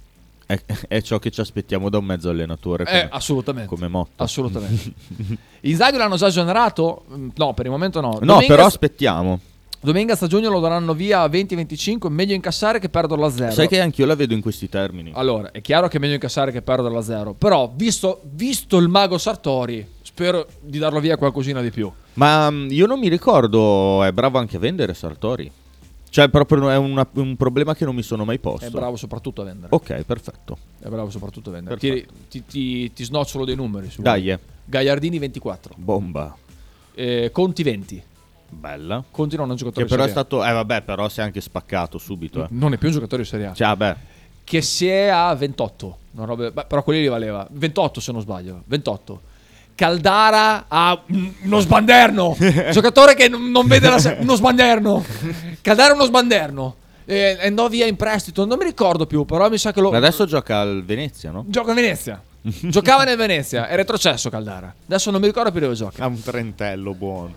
Speaker 4: È ciò che ci aspettiamo da un mezzo allenatore
Speaker 3: assolutamente.
Speaker 4: Come Motta.
Speaker 3: Assolutamente. Inzaghi l'hanno già esonerato? No, per il momento no.
Speaker 4: No, però aspettiamo.
Speaker 3: Dominguez a giugno lo daranno via a 20-25. Meglio incassare che perderlo a 0.
Speaker 4: Sai che anch'io la vedo in questi termini.
Speaker 3: Allora, è chiaro che è meglio incassare che perderlo a 0. Però, visto il mago Sartori, spero di darlo via qualcosina di più.
Speaker 4: Ma io non mi ricordo. È bravo anche a vendere Sartori. Cioè, proprio è un problema che non mi sono mai posto.
Speaker 3: È bravo soprattutto a vendere.
Speaker 4: Ok, perfetto.
Speaker 3: È bravo soprattutto a vendere. Ti snocciolo dei numeri.
Speaker 4: Dai.
Speaker 3: Gagliardini 24.
Speaker 4: Bomba.
Speaker 3: Conti 20.
Speaker 4: Bella.
Speaker 3: Conti non è un giocatore
Speaker 4: che però
Speaker 3: di Serie A.
Speaker 4: è stato vabbè, però si è anche spaccato subito.
Speaker 3: Non è più un giocatore di Serie A.
Speaker 4: Cioè, vabbè.
Speaker 3: Che si è a 28. Però quelli li valeva. 28 se non sbaglio. 28. Caldara ha uno sbanderno. Giocatore che non vede uno sbanderno. Caldara è uno sbanderno. Andò via in prestito. Non mi ricordo più. Però mi sa che
Speaker 4: Ma adesso gioca al Venezia, no?
Speaker 3: Gioca a Venezia. Giocava nel Venezia. È retrocesso Caldara. Adesso non mi ricordo più dove gioca.
Speaker 4: Ha un trentello buono.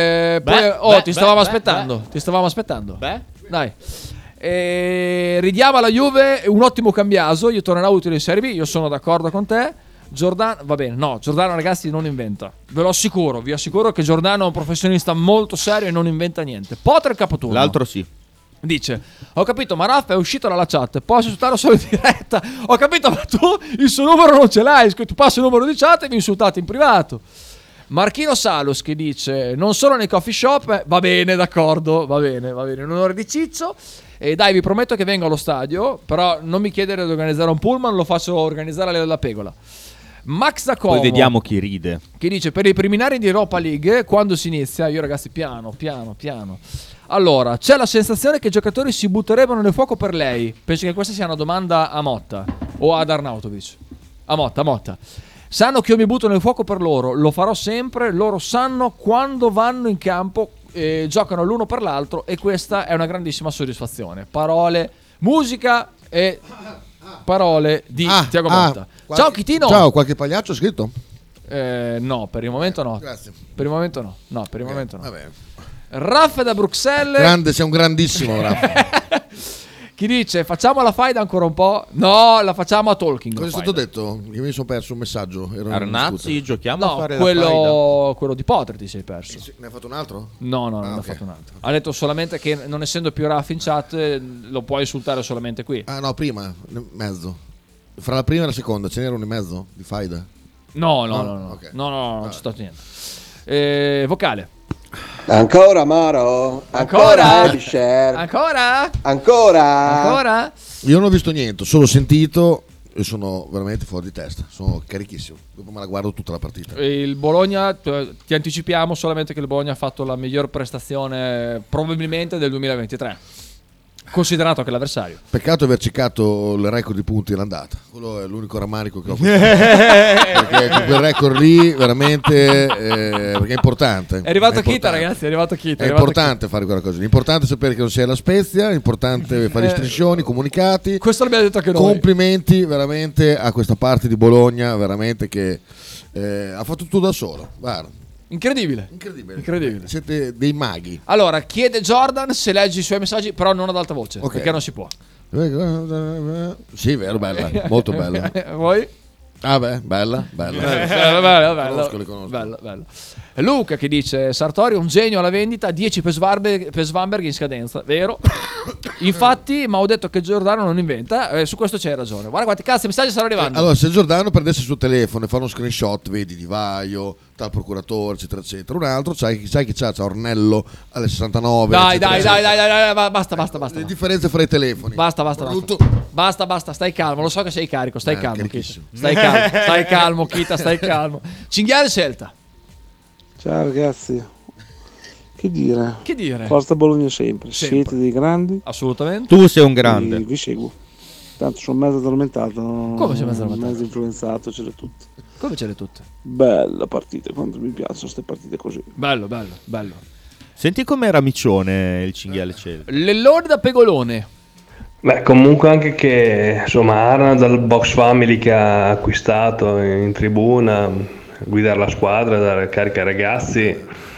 Speaker 3: Ti stavamo aspettando. Ti stavamo aspettando. Dai. Ridiamo alla Juve. Un ottimo Cambiaso. Io tornerà utile in Serie B. Io sono d'accordo con te. Giordano, va bene, no, Giordano ragazzi non inventa. Ve lo assicuro, vi assicuro che Giordano è un professionista molto serio e non inventa niente. Potter Capoturno.
Speaker 4: L'altro sì.
Speaker 3: Dice: ho capito, ma Raffa è uscito dalla chat, posso insultarlo solo in diretta. Ho capito, ma tu il suo numero non ce l'hai. Tu passi il numero di chat e vi insultate in privato. Marchino Salos che dice: non solo nei coffee shop. Va bene, d'accordo, va bene. In onore di Ciccio. E dai, vi prometto che vengo allo stadio. Però non mi chiedere di organizzare un pullman, lo faccio organizzare alla Pegola. Max da Como,
Speaker 4: Poi vediamo chi ride.
Speaker 3: che dice: per i preliminari di Europa League, quando si inizia, io ragazzi piano. Allora, c'è la sensazione che i giocatori si butterebbero nel fuoco per lei. Penso che questa sia una domanda a Motta o ad Arnautovic. A Motta. Sanno che io mi butto nel fuoco per loro, lo farò sempre. Loro sanno quando vanno in campo, giocano l'uno per l'altro, e questa è una grandissima soddisfazione. Parole, musica e parole di Tiago Motta. Ciao Chitino.
Speaker 10: Ciao, qualche pagliaccio ha scritto?
Speaker 3: No, per il momento no.
Speaker 10: Grazie.
Speaker 3: Per il momento no. No, per il momento no.
Speaker 10: Va bene.
Speaker 3: Raff da Bruxelles.
Speaker 10: Grande, sei un grandissimo Raff.
Speaker 3: Chi dice facciamo la faida ancora un po'? No, la facciamo a talking.
Speaker 10: Cosa è stato detto? Io mi sono perso un messaggio.
Speaker 4: Arnazzi, giochiamo a fare la
Speaker 3: quello di Potter ti sei perso.
Speaker 10: Ne ha fatto un altro?
Speaker 3: No, non ha fatto un altro. Ha detto solamente che non essendo più Raff in chat lo puoi insultare solamente qui.
Speaker 10: Ah no, prima, mezzo. Fra la prima e la seconda ce n'era uno in mezzo di faida?
Speaker 3: No,
Speaker 10: Okay.
Speaker 3: no, non c'è stato niente. Vocale.
Speaker 5: Ancora Moro?
Speaker 3: Ancora?
Speaker 5: Ebisher?
Speaker 3: Ancora?
Speaker 10: Io non ho visto niente, solo sentito e sono veramente fuori di testa. Sono carichissimo. Dopo me la guardo tutta la partita.
Speaker 3: Il Bologna, ti anticipiamo solamente che il Bologna ha fatto la miglior prestazione probabilmente del 2023. Considerato che l'avversario.
Speaker 10: Peccato aver ciccato il record di punti all'andata. Quello è l'unico rammarico che ho. Perché con quel record lì veramente perché è importante.
Speaker 3: È arrivato Kita, ragazzi, è arrivato Kita.
Speaker 10: È importante fare quella cosa. L'importante è sapere che non sei alla Spezia, è importante fare striscioni, comunicati.
Speaker 3: Questo l'abbiamo detto anche noi.
Speaker 10: Complimenti veramente a questa parte di Bologna, veramente che ha fatto tutto da solo. Guarda.
Speaker 3: Incredibile.
Speaker 10: Siete dei maghi.
Speaker 3: Allora, chiede Jordan se leggi i suoi messaggi, però non ad alta voce, perché non si può.
Speaker 10: Sì, vero, bella, molto bella.
Speaker 3: Vuoi?
Speaker 10: Ah beh, bella.
Speaker 3: Bello. Luca che dice Sartori è un genio alla vendita, 10 per Svanberg in scadenza, vero? Infatti, ma ho detto che Giordano non inventa, su questo c'hai ragione. Guarda quanti cazzo messaggi stanno arrivando.
Speaker 10: Allora, se Giordano prendesse il suo telefono e fa uno screenshot, vedi Di Vaio, tal procuratore, eccetera, eccetera. Un altro, sai chi c'ha Ornello alle 69.
Speaker 3: Dai, basta.
Speaker 10: Le differenze fra i telefoni.
Speaker 3: Basta, stai calmo, lo so che sei carico, stai calmo, Kita. Stai calmo, Kita, stai calmo. Cinghiale Celta.
Speaker 8: Ciao ragazzi. Che dire?
Speaker 3: Forza
Speaker 8: Bologna sempre. Siete dei grandi.
Speaker 3: Assolutamente.
Speaker 4: Tu sei un grande.
Speaker 8: Vi seguo. Tanto sono mezzo addormentato.
Speaker 3: Come sei mezzo addormentato?
Speaker 8: Mezzo influenzato, ce le tutte.
Speaker 3: Come ce le tutte?
Speaker 8: Bella partita, quanto mi piacciono queste partite così.
Speaker 3: Bello.
Speaker 4: Senti com'era micione il cinghiale Celta.
Speaker 3: L'ellone da Pegolone.
Speaker 11: Beh, comunque anche che insomma Arna dal Box Family che ha acquistato in tribuna, guidare la squadra, dare carica ai ragazzi,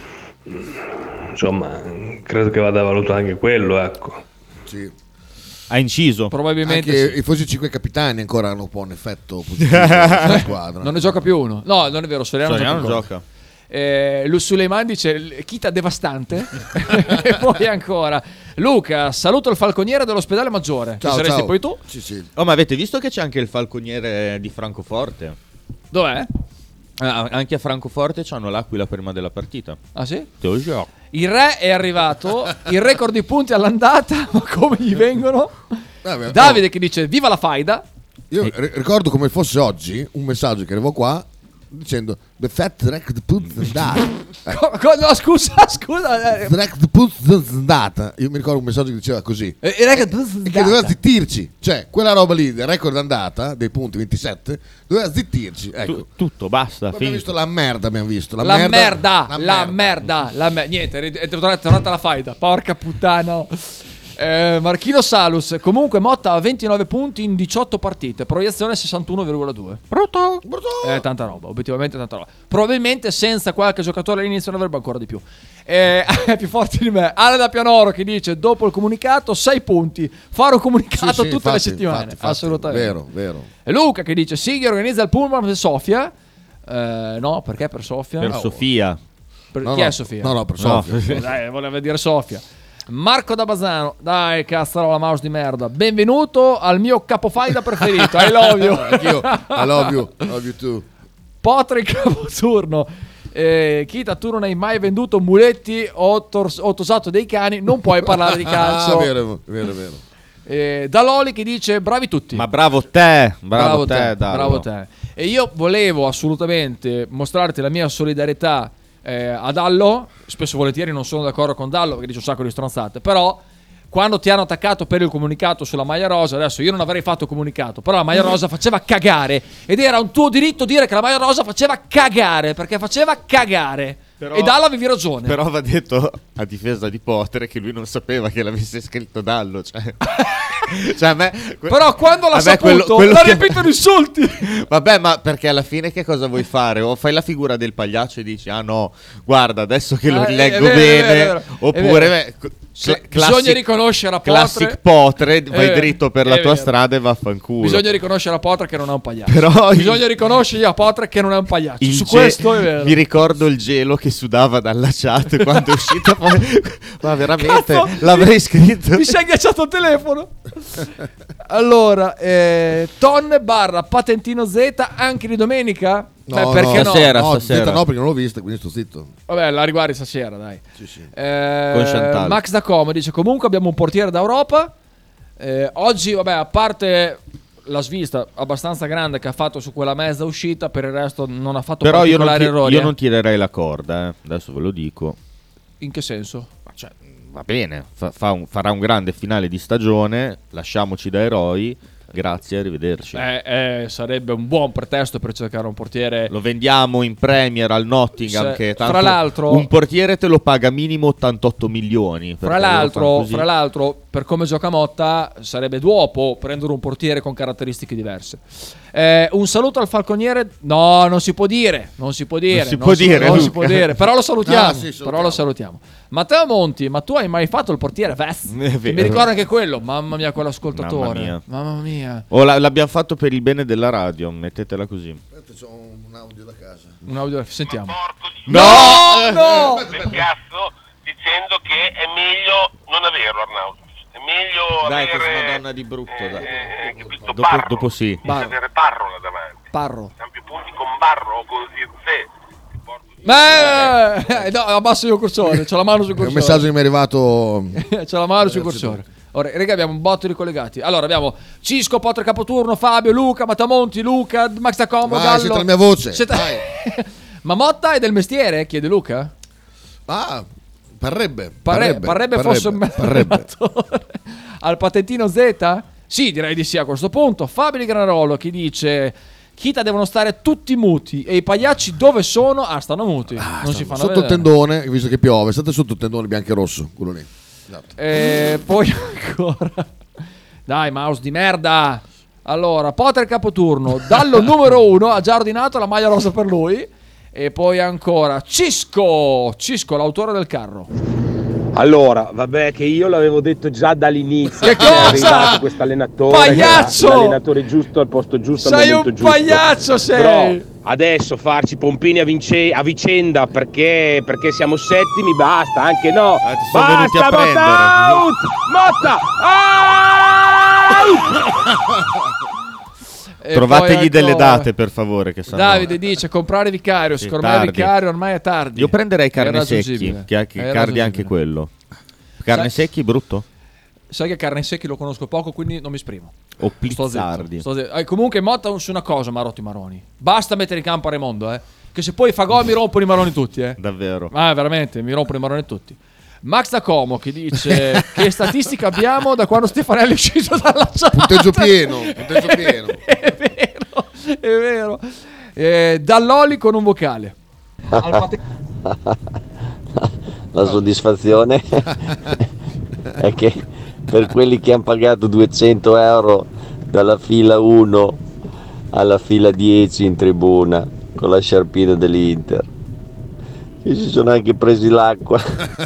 Speaker 11: insomma credo che vada valutato anche quello, ecco.
Speaker 10: Sì.
Speaker 4: Ha inciso.
Speaker 3: Probabilmente
Speaker 10: anche forse i 5 capitani ancora hanno un po' un effetto positivo sulla squadra.
Speaker 3: Non ne gioca più uno. No, non è vero, Soriano
Speaker 4: gioca.
Speaker 3: Lu Suleiman dice Kita devastante. E poi ancora Luca, saluto il falconiere dell'ospedale Maggiore.
Speaker 10: Ciao,
Speaker 3: Ci saresti poi tu?
Speaker 10: Sì.
Speaker 4: Oh, ma avete visto che c'è anche il falconiere di Francoforte?
Speaker 3: Dov'è?
Speaker 4: Anche a Francoforte c'hanno l'Aquila prima della partita.
Speaker 3: Ah sì?
Speaker 4: Te lo gioco.
Speaker 3: Il re è arrivato. Il record di punti all'andata. Ma come gli vengono? Davide che dice viva la faida.
Speaker 10: Io ricordo come fosse oggi un messaggio che arrivò qua dicendo the fat record puts data.
Speaker 3: No, scusa.
Speaker 10: Record puts data. Io mi ricordo un messaggio che diceva così. E che doveva zittirci. Cioè, quella roba lì del record andata dei punti 27 doveva zittirci. Ecco.
Speaker 4: Tutto, basta.
Speaker 10: Abbiamo visto la merda,
Speaker 3: La merda. Niente, è tornata la faida. Porca puttana. Marchino Salus. Comunque Motta ha 29 punti in 18 partite, proiezione 61,2. Brutto. Tanta roba, obiettivamente tanta roba. Probabilmente senza qualche giocatore all'inizio ne avrebbe ancora di più. È più forte di me. Ale da Pianoro che dice dopo il comunicato 6 punti. Fare un comunicato tutte le settimane.
Speaker 10: Infatti,
Speaker 3: assolutamente.
Speaker 10: Vero.
Speaker 3: E Luca che dice Sighi organizza il pullman per Sofia. No, perché per Sofia?
Speaker 4: Per Sofia.
Speaker 3: Chi è Sofia?
Speaker 10: No, per Sofia.
Speaker 3: Dai, voleva dire Sofia. Marco da Bazzano, dai cazzarola mouse di merda. Benvenuto al mio capofaida preferito. I love you.
Speaker 10: Anch'io. I love you too.
Speaker 3: Potre Capoturno. Kita, tu non hai mai venduto muletti o tosato dei cani, non puoi parlare di calcio.
Speaker 10: Vero.
Speaker 3: Da Loli che dice bravi tutti.
Speaker 4: Ma bravo te.
Speaker 3: Bravo te. E io volevo assolutamente mostrarti la mia solidarietà a Dallo. Spesso e volentieri non sono d'accordo con Dallo perché dice un sacco di stronzate, però quando ti hanno attaccato per il comunicato sulla maglia rosa, adesso io non avrei fatto comunicato, però la maglia rosa faceva cagare ed era un tuo diritto dire che la maglia rosa faceva cagare, perché faceva cagare.
Speaker 4: Però,
Speaker 3: e Dallo avevi ragione.
Speaker 4: Però va detto a difesa di Potre che lui non sapeva che l'avesse scritto Dallo, cioè a me,
Speaker 3: però quando l'ha saputo
Speaker 4: quello
Speaker 3: l'ha
Speaker 4: che...
Speaker 3: riempito di insulti.
Speaker 4: Vabbè, ma perché alla fine che cosa vuoi fare? O fai la figura del pagliaccio e dici ah no, guarda adesso che lo leggo bene, oppure
Speaker 3: bisogna riconoscere a Potre,
Speaker 4: classic Potre, vai dritto per la tua strada e vaffanculo.
Speaker 3: Bisogna riconoscere a Potre che non è un pagliaccio.
Speaker 4: Però
Speaker 3: bisogna riconoscergli a Potre che non è un pagliaccio. Su questo è vero.
Speaker 4: Mi ricordo il gelo che sudava dalla chat quando è uscito. Ma veramente
Speaker 3: Cazzo,
Speaker 4: l'avrei scritto.
Speaker 3: Mi si è ghiacciato il telefono. Allora, Ton barra Patentino Z anche di domenica?
Speaker 10: No,
Speaker 3: perché no?
Speaker 4: Stasera.
Speaker 10: No, perché non l'ho vista, quindi sto zitto.
Speaker 3: Vabbè, la riguardi stasera, dai.
Speaker 10: Sì.
Speaker 4: Con Chantal.
Speaker 3: Max da Como dice comunque abbiamo un portiere d'Europa. Oggi, vabbè, a parte la svista abbastanza grande che ha fatto su quella mezza uscita, per il resto non ha fatto
Speaker 4: però
Speaker 3: particolari errori.
Speaker 4: Io non tirerei la corda, adesso ve lo dico.
Speaker 3: In che senso?
Speaker 4: Cioè, va bene, farà un grande finale di stagione, lasciamoci da eroi. Grazie, arrivederci.
Speaker 3: Sarebbe un buon pretesto per cercare un portiere.
Speaker 4: Lo vendiamo in Premier al Nottingham, che tanto
Speaker 3: fra l'altro
Speaker 4: un portiere te lo paga minimo 88 milioni.
Speaker 3: Fra l'altro, per come gioca Motta, sarebbe duopo prendere un portiere con caratteristiche diverse. Un saluto al falconiere. No, non si può dire. Non si può dire. Però lo salutiamo. Però lo salutiamo. Matteo Monti, ma tu hai mai fatto il portiere Vest? Mi ricordo anche quello. Mamma mia, quell'ascoltatore. Mamma mia.
Speaker 4: L'abbiamo fatto per il bene della radio. Mettetela così.
Speaker 10: C'ho un audio da casa.
Speaker 3: Un audio, sentiamo.
Speaker 6: No! Del cazzo, dicendo che è meglio non averlo, Arnaudo. È meglio
Speaker 4: dai,
Speaker 6: avere...
Speaker 4: questa Madonna di brutto, dai. Dopo sì.
Speaker 6: Avere Parro là davanti.
Speaker 3: Parro.
Speaker 6: Siamo più punti con Barro o con Zirze.
Speaker 3: No, abbasso io il cursore, c'ho la mano sul cursore.
Speaker 10: È un messaggio che mi è arrivato.
Speaker 3: C'ho la mano sul cursore. Ora, raga, abbiamo un botto di collegati. Allora, abbiamo Cisco, Potre Capoturno, Fabio, Luca, Matamonti, Luca, Max da Como, Gallo.
Speaker 10: Siete la mia voce.
Speaker 3: Ma Motta è del mestiere? Chiede Luca.
Speaker 10: Parrebbe
Speaker 3: fosse un al Patentino Z? Sì, direi di sì a questo punto. Fabio di Granarolo che dice Kita devono stare tutti muti e i pagliacci dove sono? Stanno muti. Non si fanno
Speaker 10: sotto
Speaker 3: vedere.
Speaker 10: il tendone, visto che piove, state sotto il tendone bianco e rosso, quello lì. Esatto.
Speaker 3: Poi ancora dai, mouse di merda. Allora, Potter Capoturno, Dallo numero 1 ha già ordinato la maglia rosa per lui. E poi ancora Cisco, l'autore del carro.
Speaker 12: Allora, vabbè, che io l'avevo detto già dall'inizio.
Speaker 3: Che cosa?
Speaker 12: È arrivato questo allenatore.
Speaker 3: Pagliaccio!
Speaker 12: L'allenatore giusto al posto giusto.
Speaker 3: Sei
Speaker 12: al momento
Speaker 3: un
Speaker 12: giusto.
Speaker 3: pagliaccio, sei!
Speaker 12: Però adesso farci pompini a vicenda perché siamo settimi, basta, anche no. Basta, Motta out! Motta out!
Speaker 4: Trovategli delle date per favore che sanno.
Speaker 3: Davide dice comprare Vicario. Secondo me Vicario ormai è tardi.
Speaker 4: Io prenderei Carne Secchi, che cardi anche quello. Carne Secchi brutto?
Speaker 3: Sai che Carne Secchi lo conosco poco, quindi non mi esprimo.
Speaker 4: O Plizzardi.
Speaker 3: Comunque Motta su una cosa, Marotti Maroni. Basta mettere in campo a Raimondo, che se poi fa gol mi rompono i maroni tutti,
Speaker 4: Davvero.
Speaker 3: Veramente, mi rompono i maroni tutti. Max da Como che dice che statistica abbiamo da quando Stefanelli è uscito dalla chat.
Speaker 10: Punteggio pieno.
Speaker 3: È vero. Dall'Oli con un vocale.
Speaker 13: La soddisfazione è che per quelli che hanno pagato 200 euro dalla fila 1 alla fila 10 in tribuna con la sciarpina dell'Inter, che si sono anche presi l'acqua.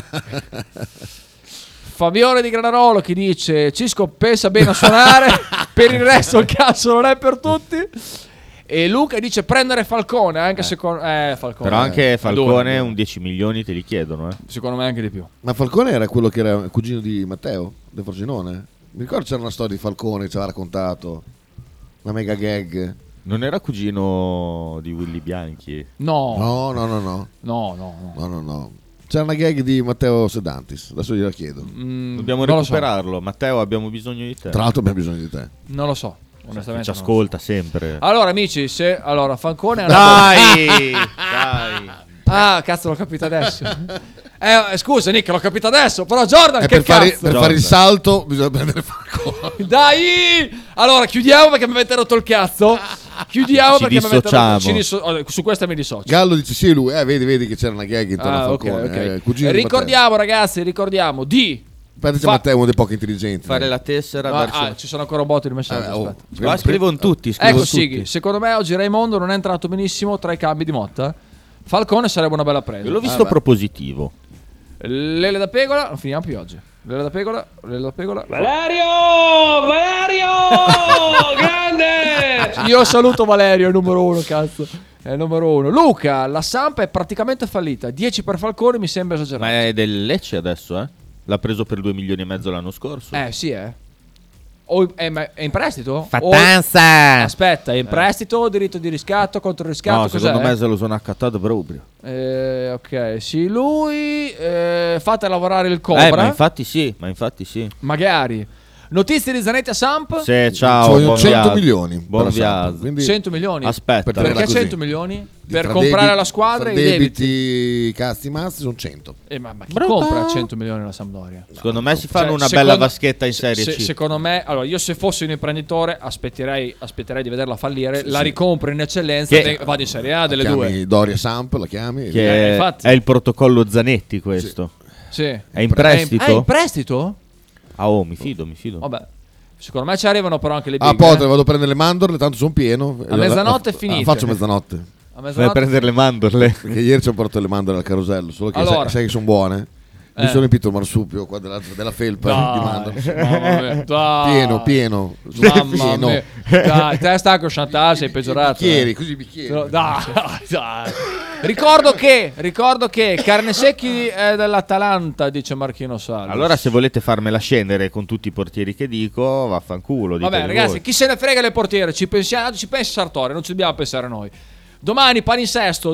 Speaker 3: Fabione di Granarolo che dice Cisco pensa bene a suonare, per il resto il calcio non è per tutti. E Luca dice prendere Falcone, anche secondo Falcone.
Speaker 4: Però anche Falcone un 10 milioni te li chiedono,
Speaker 3: Secondo me anche di più.
Speaker 10: Ma Falcone era quello che era il cugino di Matteo del Frosinone? Mi ricordo c'era una storia di Falcone che ci aveva raccontato, una mega gag.
Speaker 4: Non era cugino di Willy Bianchi?
Speaker 3: No.
Speaker 10: No. C'era una gag di Matteo Sedantis, adesso gliela chiedo.
Speaker 4: Dobbiamo recuperarlo. Matteo, abbiamo bisogno di te.
Speaker 10: Tra l'altro abbiamo bisogno di te.
Speaker 3: Non lo so. onestamente.
Speaker 4: Ci ascolta sempre.
Speaker 3: Allora, amici, Fancone è una
Speaker 4: Dai!
Speaker 3: Ah, cazzo, l'ho capito adesso. Scusa, Nick, l'ho capito adesso. Però, Jordan, che
Speaker 10: per
Speaker 3: cazzo?
Speaker 10: fare il salto bisogna prendere Fancone.
Speaker 3: Dai! Allora, chiudiamo perché mi avete rotto il cazzo. Chiudiamo perché mi avete rotto. Su questa mi dissocio.
Speaker 10: Gallo dice sì, lui. Vedi che c'era una gag intorno a Fancone.
Speaker 3: Okay.
Speaker 10: Cugino
Speaker 3: ricordiamo, ragazzi, di
Speaker 10: Matteo è uno dei pochi intelligenti.
Speaker 4: Fare la tessera.
Speaker 3: Ci sono ancora un botto di messaggi.
Speaker 4: Qua scrivono tutti.
Speaker 3: Ecco, Sighi, secondo me oggi Raimondo non è entrato benissimo tra i cambi di Motta. Falcone sarebbe una bella presa.
Speaker 4: Io l'ho visto propositivo.
Speaker 3: Lele da Pegola, non finiamo più oggi. Lele da Pegola.
Speaker 12: Valerio! Grande!
Speaker 3: Io saluto Valerio, è il numero 1, cazzo. È il numero 1. Luca, la Samp è praticamente fallita. 10 per Falcone mi sembra esagerato.
Speaker 4: Ma è del Lecce adesso, eh? L'ha preso per 2,5 milioni l'anno scorso.
Speaker 3: Sì, è in prestito?
Speaker 4: Fattanza!
Speaker 3: Aspetta, è in prestito, diritto di riscatto, contro riscatto?
Speaker 4: No, secondo me se lo sono accattato proprio.
Speaker 3: Ok, sì, lui fate lavorare il Cobra.
Speaker 4: Ma infatti sì.
Speaker 3: Magari. Notizie di Zanetti a Samp?
Speaker 4: Sì, ciao.
Speaker 10: Sono 100 milioni.
Speaker 4: Buon viaggio.
Speaker 3: 100 milioni?
Speaker 4: Aspetta.
Speaker 3: Perché 100 milioni? Per comprare la squadra e i
Speaker 10: debiti cazzi massi sono 100.
Speaker 3: Ma chi compra 100 milioni la Sampdoria?
Speaker 4: Secondo me si fanno una bella vaschetta in Serie C.
Speaker 3: Secondo me, allora, io se fossi un imprenditore aspetterei di vederla fallire, la ricompro in eccellenza e vado in Serie A delle due.
Speaker 10: Doria Samp, la chiami?
Speaker 4: È il protocollo Zanetti questo.
Speaker 3: Sì.
Speaker 4: È in prestito?
Speaker 3: È in prestito?
Speaker 4: Mi fido.
Speaker 3: Vabbè. Secondo me ci arrivano però anche le big.
Speaker 10: Poi vado a prendere le mandorle, tanto sono pieno.
Speaker 3: A mezzanotte è finito.
Speaker 10: Faccio mezzanotte.
Speaker 4: Vai a prendere le mandorle.
Speaker 10: Perché ieri ci ho portato le mandorle al carosello, solo che sai che sono buone. Mi sono riempito il marsupio qua della felpa di mandorle. Pieno.
Speaker 3: Mamma mia. Dai, te sta con Chantal, sei peggiorato.
Speaker 10: Bicchieri.
Speaker 3: Dai. Ricordo che carne secchi è dell'Atalanta, dice Marchino Salvo.
Speaker 4: Allora se volete farmela scendere con tutti i portieri che dico, vaffanculo.
Speaker 3: Vabbè ragazzi, chi se ne frega le portiere, ci pensa Sartori, non ci dobbiamo pensare noi. Domani palinsesto,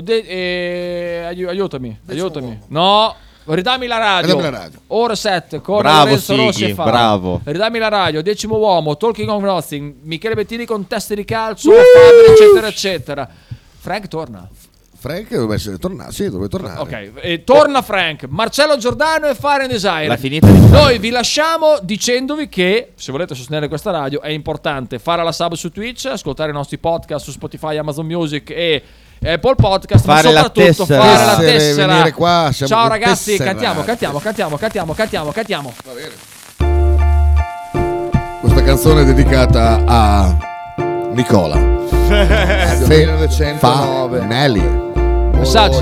Speaker 3: aiutami. No, ridammi la radio. Ore 7 con Lorenzo Rossi e Fabio.
Speaker 4: Bravo.
Speaker 3: Ridammi la radio, 10° uomo, Talking of Nothing, Michele Bettini con teste di calcio, Fabio, eccetera. Frank torna.
Speaker 10: Frank dovrebbe essere tornato. Sì, dovrebbe tornare.
Speaker 3: Ok, torna Frank, Marcello Giordano e Fire and Desire.
Speaker 4: La finita
Speaker 3: Noi vi lasciamo dicendovi che se volete sostenere questa radio è importante fare la sub su Twitch, ascoltare i nostri podcast su Spotify, Amazon Music e Apple Podcast,
Speaker 4: fare
Speaker 3: ma soprattutto fare la tessera.
Speaker 10: Venire qua,
Speaker 3: ciao ragazzi,
Speaker 10: tesserati.
Speaker 3: cantiamo.
Speaker 10: Va bene. Questa canzone è dedicata a Nicola.
Speaker 7: 1909
Speaker 10: Nelly.
Speaker 3: Messaggi.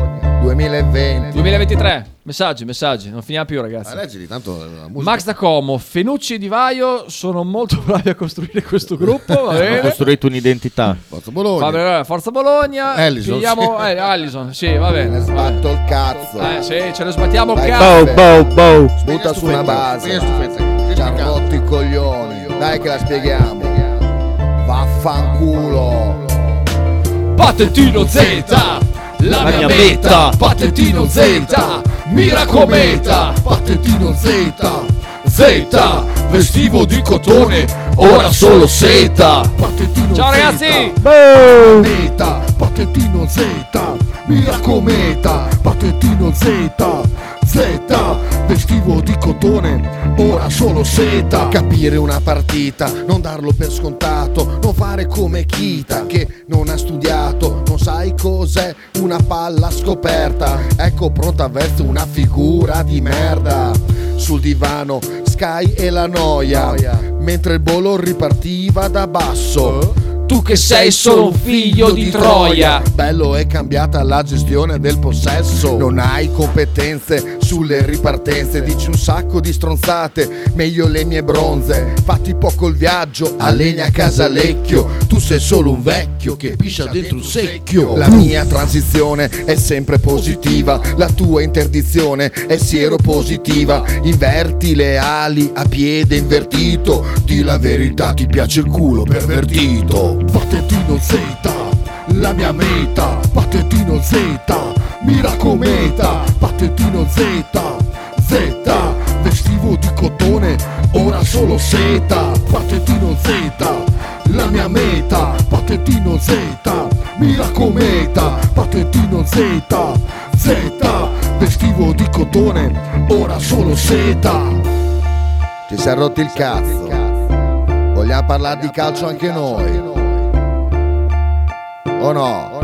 Speaker 7: 2023.
Speaker 3: Messaggi, non finiamo più ragazzi.
Speaker 10: Leggili, tanto la musica.
Speaker 3: Max da Como, Fenucci e Di Vaio sono molto bravi a costruire questo gruppo, va bene?
Speaker 4: Hanno costruito un'identità.
Speaker 10: Forza Bologna.
Speaker 3: Forza Bologna. Allison, sì, va bene.
Speaker 7: Ne sbatto il cazzo.
Speaker 3: Sì, ce ne sbattiamo il
Speaker 7: Dai,
Speaker 3: cazzo.
Speaker 4: Bow.
Speaker 7: Butta su una base. Ci ha rotto i coglioni. Dai che la spieghiamo. Vaffanculo.
Speaker 3: Patentino Z, la mia meta. Patentino Z, Miracometa. Patentino Z, vestivo di cotone, ora solo seta. Patentino ciao ragazzi.
Speaker 7: Meta, Patentino Z, Miracometa. Patentino Z, vestivo di cotone, ora solo seta. Capire una partita, non darlo per scontato, non fare come Kita che non ha studiato, non sai cos'è una palla scoperta. Ecco pronta a verso una figura di merda. Sul divano Sky e la noia, mentre il volo ripartiva da basso.
Speaker 3: Tu che sei solo un figlio di Troia.
Speaker 7: Bello è cambiata la gestione del possesso. Non hai competenze sulle ripartenze. Dici un sacco di stronzate, meglio le mie bronze. Fatti poco il viaggio, alleni a Casalecchio. Tu sei solo un vecchio che piscia dentro un secchio. La mia transizione è sempre positiva, la tua interdizione è siero positiva. Inverti le ali a piede invertito. Di la verità, ti piace il culo pervertito. Patentino Z, la mia meta. Patentino Z, Miracometa. Patentino Z, vestivo di cotone, ora solo seta. Patentino Z, la mia meta, patentino Z, Miracometa, patentino Z, vestivo di cotone, ora solo seta. Ci si è rotti il cazzo, vogliamo parlare di calcio anche noi, o no?